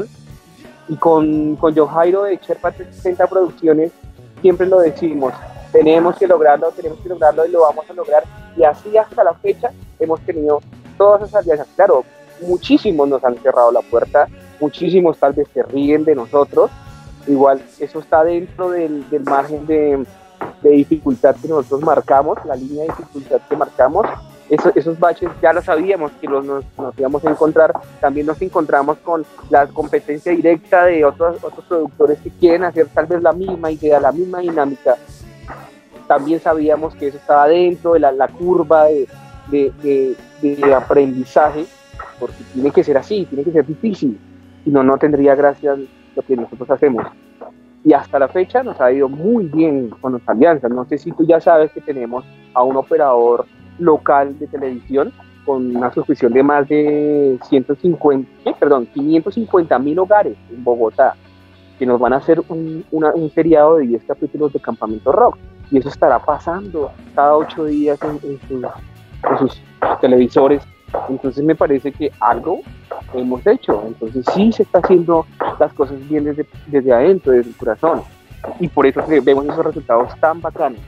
y con, con Yojairo de Sherpa trescientos sesenta Producciones siempre lo decimos, tenemos que lograrlo, tenemos que lograrlo y lo vamos a lograr, y así hasta la fecha hemos tenido todas esas alianzas. Claro, muchísimos nos han cerrado la puerta, muchísimos tal vez se ríen de nosotros, igual eso está dentro del, del margen de, de dificultad que nosotros marcamos, la línea de dificultad que marcamos. Eso, esos baches ya lo sabíamos que los, nos, nos íbamos a encontrar. También nos encontramos con la competencia directa de otros, otros productores que quieren hacer tal vez la misma idea, la misma dinámica. También sabíamos que eso estaba dentro de la, la curva de, de, de, de aprendizaje, porque tiene que ser así, tiene que ser difícil, si no, no tendría gracia lo que nosotros hacemos. Y hasta la fecha nos ha ido muy bien con nuestras alianzas. No sé si tú ya sabes que tenemos a un operador local de televisión con una suscripción de más de ciento cincuenta, ¿qué? perdón, quinientos cincuenta mil hogares en Bogotá, que nos van a hacer un, una, un seriado de diez capítulos de Campamento Rock, y eso estará pasando cada ocho días en, en, sus, en sus televisores. Entonces me parece que algo hemos hecho. Entonces sí se está haciendo las cosas bien desde, desde adentro, desde el corazón, y por eso vemos esos resultados tan bacanos.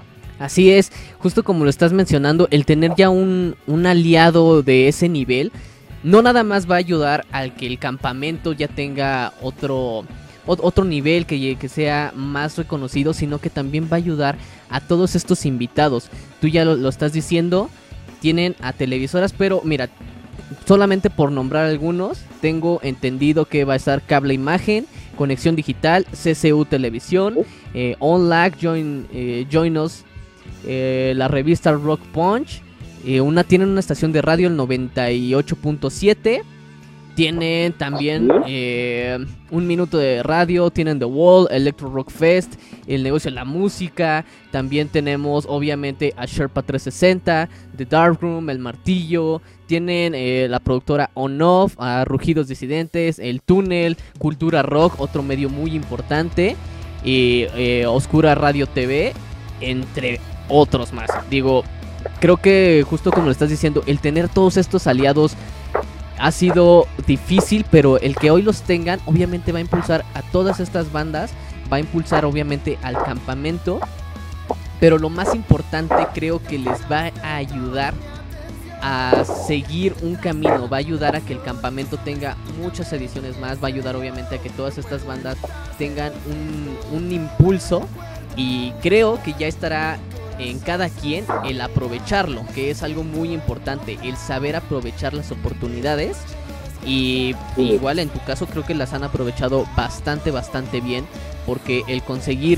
Así es, justo como lo estás mencionando, el tener ya un, un aliado de ese nivel no nada más va a ayudar al que el campamento ya tenga otro, otro nivel, que, que sea más reconocido, sino que también va a ayudar a todos estos invitados. Tú ya lo, lo estás diciendo, tienen a televisoras, pero mira, solamente por nombrar algunos, tengo entendido que va a estar Cable Imagen, Conexión Digital, C C U Televisión, eh, OnLag, Join, eh, Join Us, eh, la revista Rock Punch, eh, una, tienen una estación de radio, el noventa y ocho punto siete, tienen también eh, un minuto de radio, tienen The Wall, Electro Rock Fest, el negocio de la música, también tenemos obviamente a Sherpa trescientos sesenta, The Dark Room, El Martillo, tienen eh, la productora On Off, a Rugidos Disidentes, El Túnel, Cultura Rock, otro medio muy importante, y eh, Oscura Radio T V, entre otros más. Digo, creo que justo como lo estás diciendo, el tener todos estos aliados ha sido difícil, pero el que hoy los tengan obviamente va a impulsar a todas estas bandas, va a impulsar obviamente al campamento, pero lo más importante creo que les va a ayudar a seguir un camino, va a ayudar a que el campamento tenga muchas ediciones más, va a ayudar obviamente a que todas estas bandas tengan un, un impulso, y creo que ya estará en cada quien el aprovecharlo, que es algo muy importante, el saber aprovechar las oportunidades. Y igual en tu caso creo que las han aprovechado bastante, bastante bien, porque el conseguir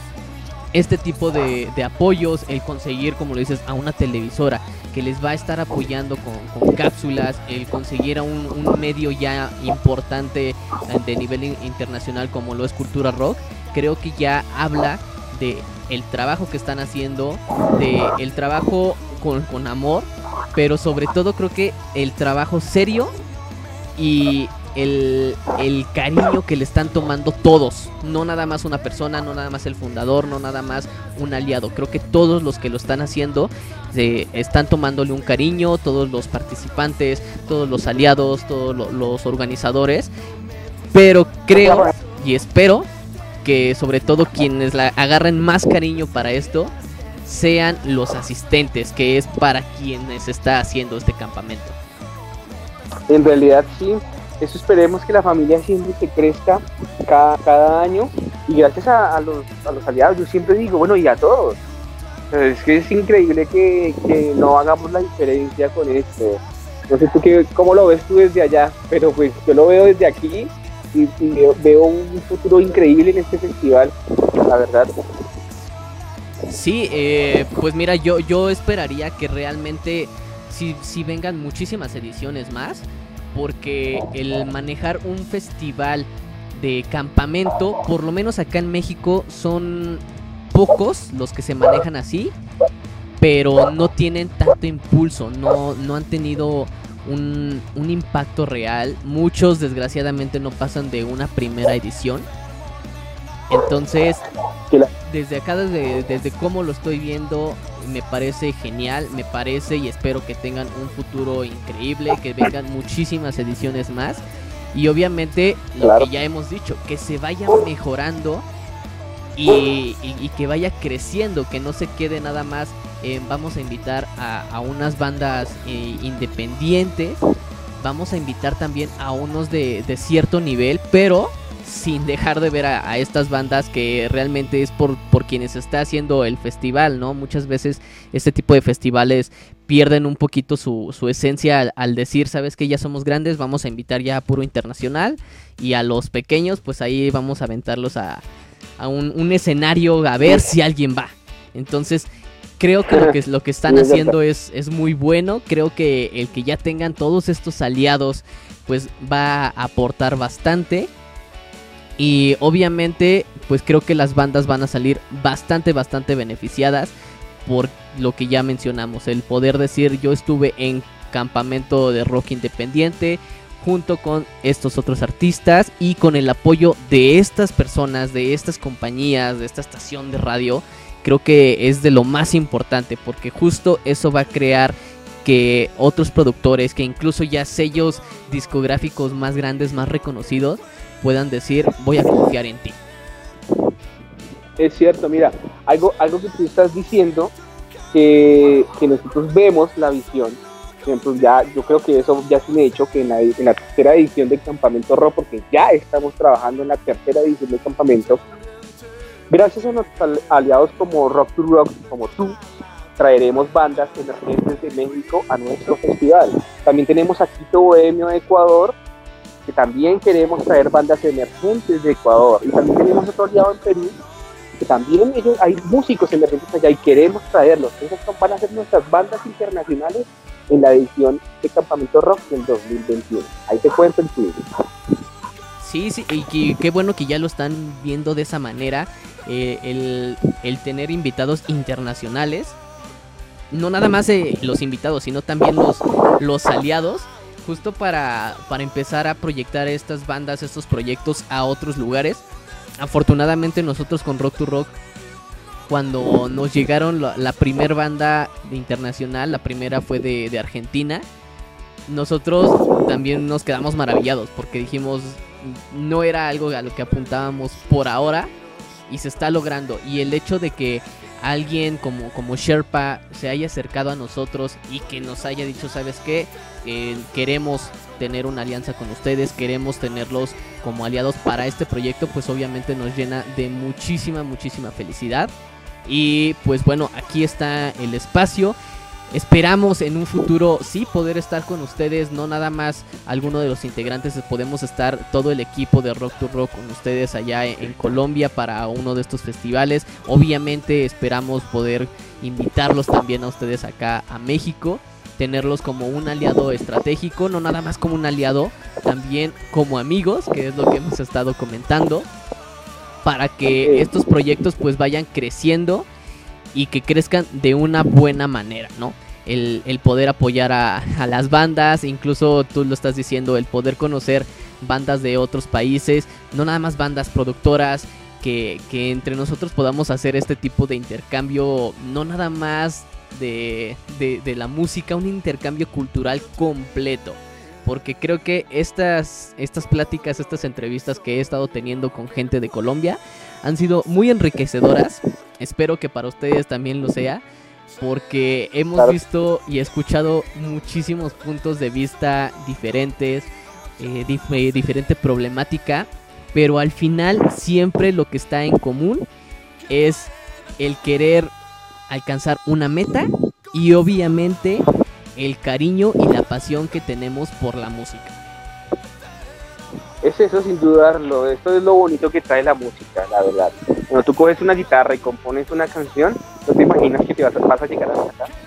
este tipo de, de apoyos, el conseguir, como lo dices, a una televisora que les va a estar apoyando con, con cápsulas, el conseguir a un, un medio ya importante de nivel internacional como lo es Cultura Rock, creo que ya habla de el trabajo que están haciendo, de el trabajo con, con amor, pero sobre todo creo que el trabajo serio y el, el cariño que le están tomando todos, no nada más una persona, no nada más el fundador, no nada más un aliado. Creo que todos los que lo están haciendo eh, están tomándole un cariño, todos los participantes, todos los aliados, todos lo, los organizadores, pero creo y espero que sobre todo quienes la agarren más cariño para esto sean los asistentes, que es para quienes está haciendo este campamento. En realidad sí, eso esperemos, que la familia siempre se crezca cada, cada año, y gracias a, a, los, a los aliados, yo siempre digo, bueno, y a todos, es que es increíble que, que no hagamos la diferencia con esto. No sé tú qué, cómo lo ves tú desde allá, pero pues yo lo veo desde aquí. Y, y veo, veo un futuro increíble en este festival, la verdad. Sí, eh, pues mira, yo, yo esperaría que realmente sí, sí vengan muchísimas ediciones más, porque el manejar un festival de campamento, por lo menos acá en México, son pocos los que se manejan así, pero no tienen tanto impulso, no, no han tenido Un, un impacto real. Muchos desgraciadamente no pasan de una primera edición. Entonces desde acá, desde, desde cómo lo estoy viendo, me parece genial, me parece, y espero que tengan un futuro increíble, que vengan muchísimas ediciones más, y obviamente lo claro. que ya hemos dicho, que se vaya mejorando y, y, y que vaya creciendo, que no se quede nada más eh, vamos a invitar a, a unas bandas eh, independientes, vamos a invitar también a unos de, de cierto nivel, pero sin dejar de ver a, a estas bandas que realmente es por, por quienes se está haciendo el festival, ¿no? Muchas veces este tipo de festivales pierden un poquito su, su esencia al, al decir, ¿sabes qué? Ya somos grandes, vamos a invitar ya a puro internacional, y a los pequeños pues ahí vamos a aventarlos a, a un, un escenario a ver si alguien va. Entonces creo que lo que, lo que están haciendo es, es muy bueno. Creo que el que ya tengan todos estos aliados pues va a aportar bastante. Y obviamente pues creo que las bandas van a salir bastante, bastante beneficiadas por lo que ya mencionamos. El poder decir, yo estuve en campamento de rock independiente junto con estos otros artistas y con el apoyo de estas personas, de estas compañías, de esta estación de radio. Creo que es de lo más importante, porque justo eso va a crear que otros productores, que incluso ya sellos discográficos más grandes, más reconocidos, puedan decir, voy a confiar en ti. Es cierto, mira, algo, algo que tú estás diciendo, que, que nosotros vemos la visión, ejemplo, ya yo creo que eso ya es un hecho, que en la, en la tercera edición del Campamento Rock, porque ya estamos trabajando en la tercera edición del Campamento, gracias a nuestros aliados como Rock to Rock, como tú, traeremos bandas emergentes de México a nuestro festival. También tenemos a Quito Bohemio de Ecuador, que también queremos traer bandas emergentes de Ecuador. Y también tenemos otro aliado en Perú, que también ellos, hay músicos emergentes allá y queremos traerlos. Esas van a ser nuestras bandas internacionales en la edición de Campamento Rock del dos mil veintiuno. Ahí te cuento el tuyo. Sí, sí, y que, qué bueno que ya lo están viendo de esa manera, eh, el, el tener invitados internacionales, no nada más eh, los invitados, sino también los, los aliados, justo para, para empezar a proyectar estas bandas, estos proyectos a otros lugares. Afortunadamente nosotros con Rock to Rock, cuando nos llegaron la, la primer banda internacional, la primera fue de, de Argentina, nosotros también nos quedamos maravillados porque dijimos, no era algo a lo que apuntábamos por ahora y se está logrando. Y el hecho de que alguien como, como Sherpa se haya acercado a nosotros y que nos haya dicho, ¿sabes qué? Eh, queremos tener una alianza con ustedes, queremos tenerlos como aliados para este proyecto, pues obviamente nos llena de muchísima, muchísima felicidad. Y pues bueno, aquí está el espacio. Esperamos en un futuro sí poder estar con ustedes, no nada más alguno de los integrantes, podemos estar todo el equipo de Rock to Rock con ustedes allá en, en Colombia para uno de estos festivales. Obviamente esperamos poder invitarlos también a ustedes acá a México, tenerlos como un aliado estratégico, no nada más como un aliado, también como amigos, que es lo que hemos estado comentando, para que estos proyectos pues vayan creciendo y que crezcan de una buena manera, ¿no? El, el poder apoyar a, a las bandas, incluso tú lo estás diciendo, el poder conocer bandas de otros países, no nada más bandas productoras, que, que entre nosotros podamos hacer este tipo de intercambio, no nada más de, de, de la música, un intercambio cultural completo. Porque creo que estas, estas pláticas, estas entrevistas que he estado teniendo con gente de Colombia han sido muy enriquecedoras. Espero que para ustedes también lo sea, porque hemos claro. visto y escuchado muchísimos puntos de vista diferentes, eh, dif- eh, diferente problemática, pero al final siempre lo que está en común es el querer alcanzar una meta y obviamente el cariño y la pasión que tenemos por la música. Es eso sin dudarlo, esto es lo bonito que trae la música, la verdad. Cuando tú coges una guitarra y compones una canción, no te imaginas que te vas a, vas a llegar hasta acá.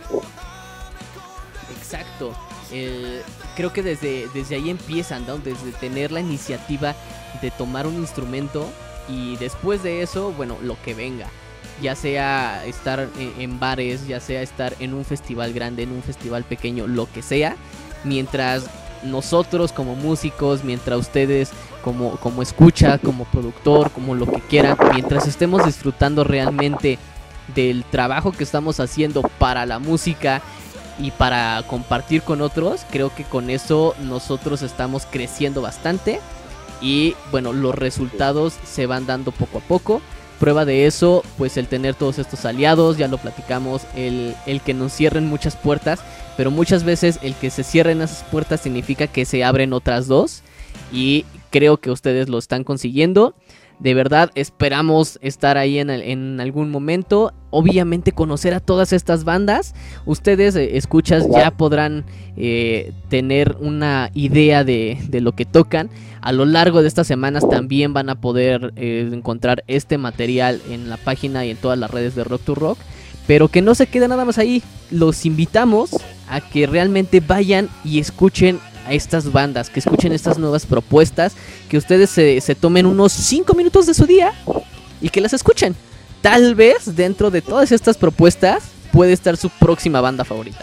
Exacto, el, creo que desde, desde ahí empiezan, ¿no? Desde tener la iniciativa de tomar un instrumento y después de eso, bueno, lo que venga. Ya sea estar en, en bares, ya sea estar en un festival grande, en un festival pequeño, lo que sea, mientras nosotros como músicos, mientras ustedes como, como escucha, como productor, como lo que quieran, mientras estemos disfrutando realmente del trabajo que estamos haciendo para la música y para compartir con otros, creo que con eso nosotros estamos creciendo bastante y bueno, los resultados se van dando poco a poco. Prueba de eso, pues el tener todos estos aliados, ya lo platicamos, el, el que nos cierren muchas puertas, pero muchas veces el que se cierren esas puertas significa que se abren otras dos y creo que ustedes lo están consiguiendo. De verdad esperamos estar ahí en, el, en algún momento, obviamente conocer a todas estas bandas. Ustedes eh, escuchas ya podrán eh, tener una idea de, de lo que tocan. A lo largo de estas semanas también van a poder eh, encontrar este material en la página y en todas las redes de Rock to Rock. Pero que no se quede nada más ahí, los invitamos a que realmente vayan y escuchen a estas bandas, que escuchen estas nuevas propuestas, que ustedes se, se tomen unos cinco minutos de su día y que las escuchen. Tal vez dentro de todas estas propuestas puede estar su próxima banda favorita.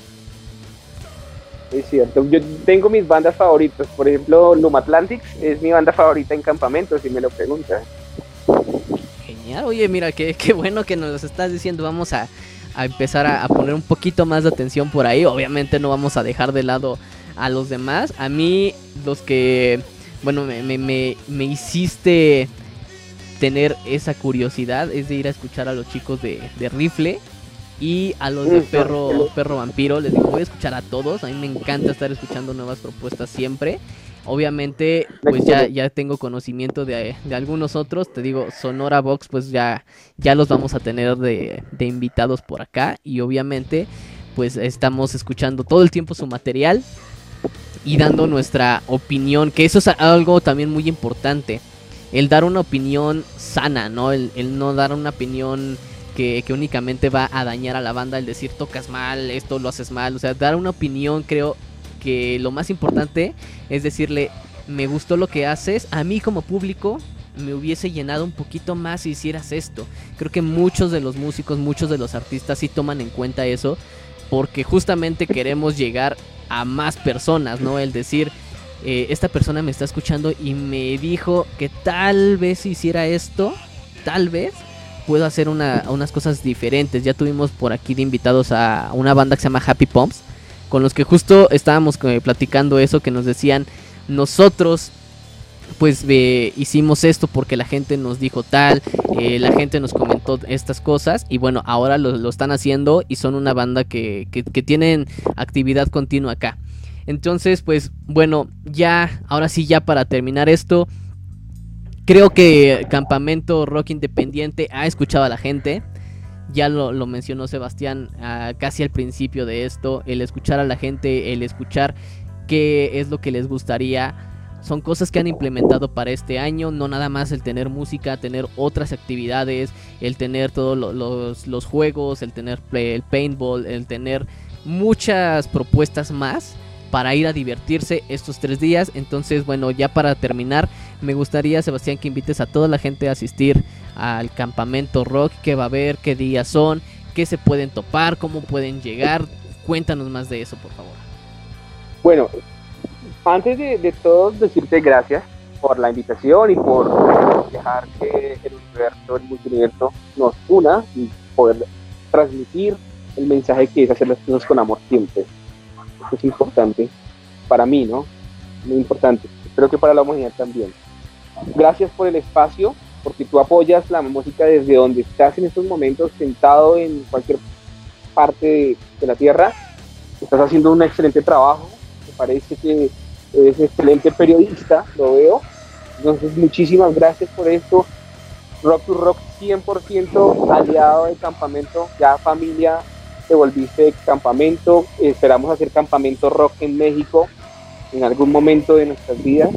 Es cierto, yo tengo mis bandas favoritas, por ejemplo Numa Atlantics es mi banda favorita en campamento, si me lo preguntan. Genial, oye mira, qué, qué bueno que nos lo estás diciendo, vamos a, a empezar a, a poner un poquito más de atención por ahí, obviamente no vamos a dejar de lado a los demás. A mí los que, bueno, me, me, me, me hiciste tener esa curiosidad es de ir a escuchar a los chicos de, de Rifle. Y a los de Perro, Perro Vampiro les digo, voy a escuchar a todos. A mí me encanta estar escuchando nuevas propuestas siempre. Obviamente, pues ya, ya tengo conocimiento de, de algunos otros. Te digo, Sonora Box, pues ya, ya los vamos a tener de, de invitados por acá. Y obviamente, pues estamos escuchando todo el tiempo su material y dando nuestra opinión, que eso es algo también muy importante. El dar una opinión sana, ¿no? El, el no dar una opinión que, que únicamente va a dañar a la banda, el decir tocas mal, esto lo haces mal. O sea, dar una opinión, creo que lo más importante es decirle, me gustó lo que haces, a mí como público me hubiese llenado un poquito más si hicieras esto. Creo que muchos de los músicos, muchos de los artistas sí toman en cuenta eso, porque justamente queremos llegar a más personas, ¿no? El decir, eh, esta persona me está escuchando y me dijo que tal vez si hiciera esto, tal vez puedo hacer una, unas cosas diferentes. Ya tuvimos por aquí de invitados a una banda que se llama Happy Pumps, con los que justo estábamos eh, platicando eso, que nos decían, nosotros pues eh, hicimos esto porque la gente nos dijo tal, eh, la gente nos comentó estas cosas, y bueno, ahora lo, lo están haciendo y son una banda que, que, que tienen actividad continua acá. Entonces, pues bueno, ya, ahora sí, ya para terminar esto, creo que Campamento Rock Independiente ha escuchado a la gente. Ya lo, lo mencionó Sebastián uh, casi al principio de esto, el escuchar a la gente, el escuchar qué es lo que les gustaría. Son cosas que han implementado para este año, no nada más el tener música, tener otras actividades, el tener todos lo, los, los juegos, el tener play, el paintball, el tener muchas propuestas más para ir a divertirse estos tres días. Entonces, bueno, ya para terminar, me gustaría, Sebastián, que invites a toda la gente a asistir al Campamento Rock, qué va a haber, qué días son, qué se pueden topar, cómo pueden llegar. Cuéntanos más de eso, por favor. Bueno, antes de, de todo, decirte gracias por la invitación y por dejar que el universo, el multiverso nos una y poder transmitir el mensaje que es hacer las cosas con amor siempre. Esto es importante para mí, ¿no? Muy importante. Espero que para la humanidad también. Gracias por el espacio, porque tú apoyas la música desde donde estás en estos momentos, sentado en cualquier parte de, de la tierra. Estás haciendo un excelente trabajo. Me parece que eres excelente periodista, lo veo. Entonces, muchísimas gracias por esto. Rock to Rock cien por ciento aliado del campamento, ya familia, te volviste de campamento. Esperamos hacer Campamento Rock en México en algún momento de nuestras vidas.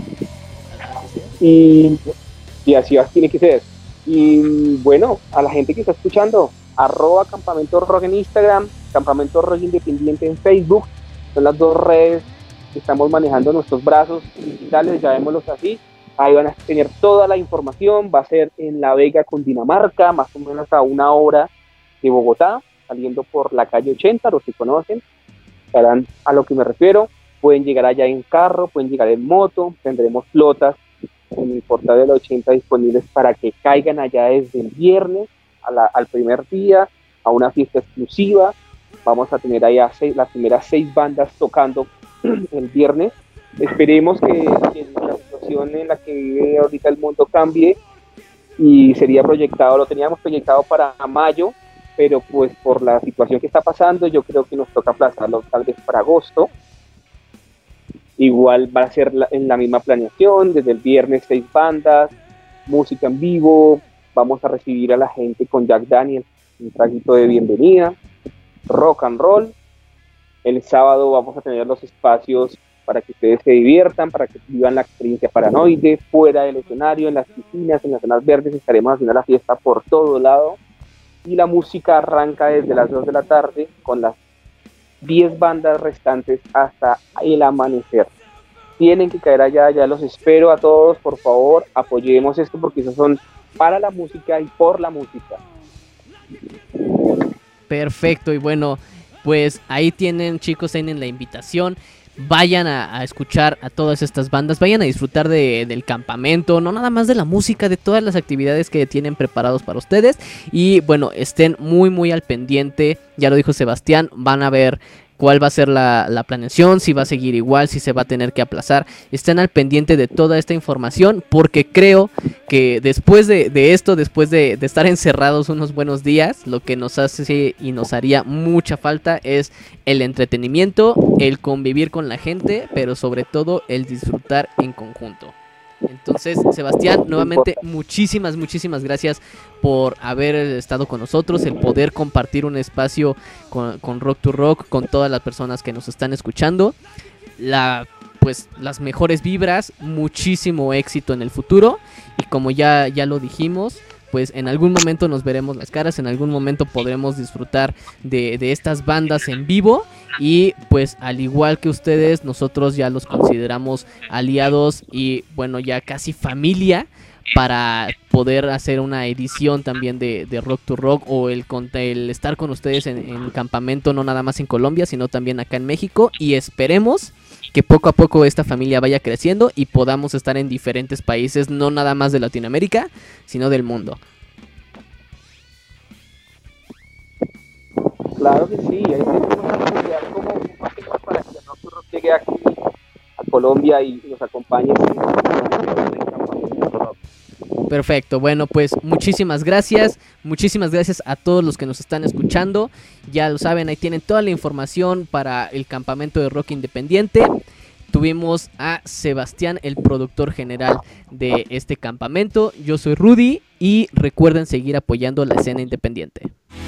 Y, y así tiene que ser. Y bueno, a la gente que está escuchando, arroba Campamento Rock en Instagram, Campamento Rock Independiente en Facebook, son las dos redes que estamos manejando nuestros brazos digitales, llamémoslos así. Ahí van a tener toda la información. Va a ser en La Vega, Cundinamarca, más o menos a una hora de Bogotá, saliendo por la calle ochenta, los que conocen sabrán a lo que me refiero. Pueden llegar allá en carro, pueden llegar en moto, tendremos flotas en el portal de la ochenta disponibles para que caigan allá desde el viernes a la, al primer día, a una fiesta exclusiva. Vamos a tener allá seis, las primeras seis bandas tocando el viernes. Esperemos que, que la situación en la que vive ahorita el mundo cambie, y sería proyectado, lo teníamos proyectado para mayo, pero pues por la situación que está pasando yo creo que nos toca aplazarlo tal vez para agosto. Igual va a ser la, en la misma planeación, desde el viernes seis bandas, música en vivo, vamos a recibir a la gente con Jack Daniels, un traguito de bienvenida, rock and roll. El sábado vamos a tener los espacios para que ustedes se diviertan, para que vivan la experiencia Paranoide, fuera del escenario, en las piscinas, en las zonas verdes, estaremos haciendo la fiesta por todo lado. Y la música arranca desde las dos de la tarde con las diez bandas restantes hasta el amanecer. Tienen que caer allá, ya los espero a todos, por favor, apoyemos esto porque esos son para la música y por la música. Perfecto, y bueno, pues ahí tienen, chicos, tienen la invitación. Vayan a, a escuchar a todas estas bandas, vayan a disfrutar de, del campamento, no nada más de la música, de todas las actividades que tienen preparados para ustedes. Y bueno, estén muy muy al pendiente, ya lo dijo Sebastián, van a ver cuál va a ser la, la planeación, si va a seguir igual, si se va a tener que aplazar. Estén al pendiente de toda esta información, porque creo que después de, de esto, después de, de estar encerrados unos buenos días, lo que nos hace y nos haría mucha falta es el entretenimiento, el convivir con la gente, pero sobre todo el disfrutar en conjunto. Entonces, Sebastián, nuevamente muchísimas, muchísimas gracias por haber estado con nosotros, el poder compartir un espacio con, con Rock to Rock, con todas las personas que nos están escuchando. La, pues, las mejores vibras, muchísimo éxito en el futuro, y como ya, ya lo dijimos, pues en algún momento nos veremos las caras, en algún momento podremos disfrutar de, de estas bandas en vivo, y pues al igual que ustedes, nosotros ya los consideramos aliados y bueno, ya casi familia, para poder hacer una edición también de, de Rock to Rock, o el, el estar con ustedes en, en campamento, no nada más en Colombia, sino también acá en México, y esperemos que poco a poco esta familia vaya creciendo y podamos estar en diferentes países, no nada más de Latinoamérica, sino del mundo. Claro que sí, ahí tenemos que estudiar cómo hacemos para que Rock to Rock llegue aquí a Colombia y nos acompañe. Perfecto, bueno, pues muchísimas gracias, muchísimas gracias a todos los que nos están escuchando. Ya lo saben, ahí tienen toda la información para el campamento de rock independiente. Tuvimos a Sebastián, el productor general de este campamento. Yo soy Rudy y recuerden seguir apoyando la escena independiente.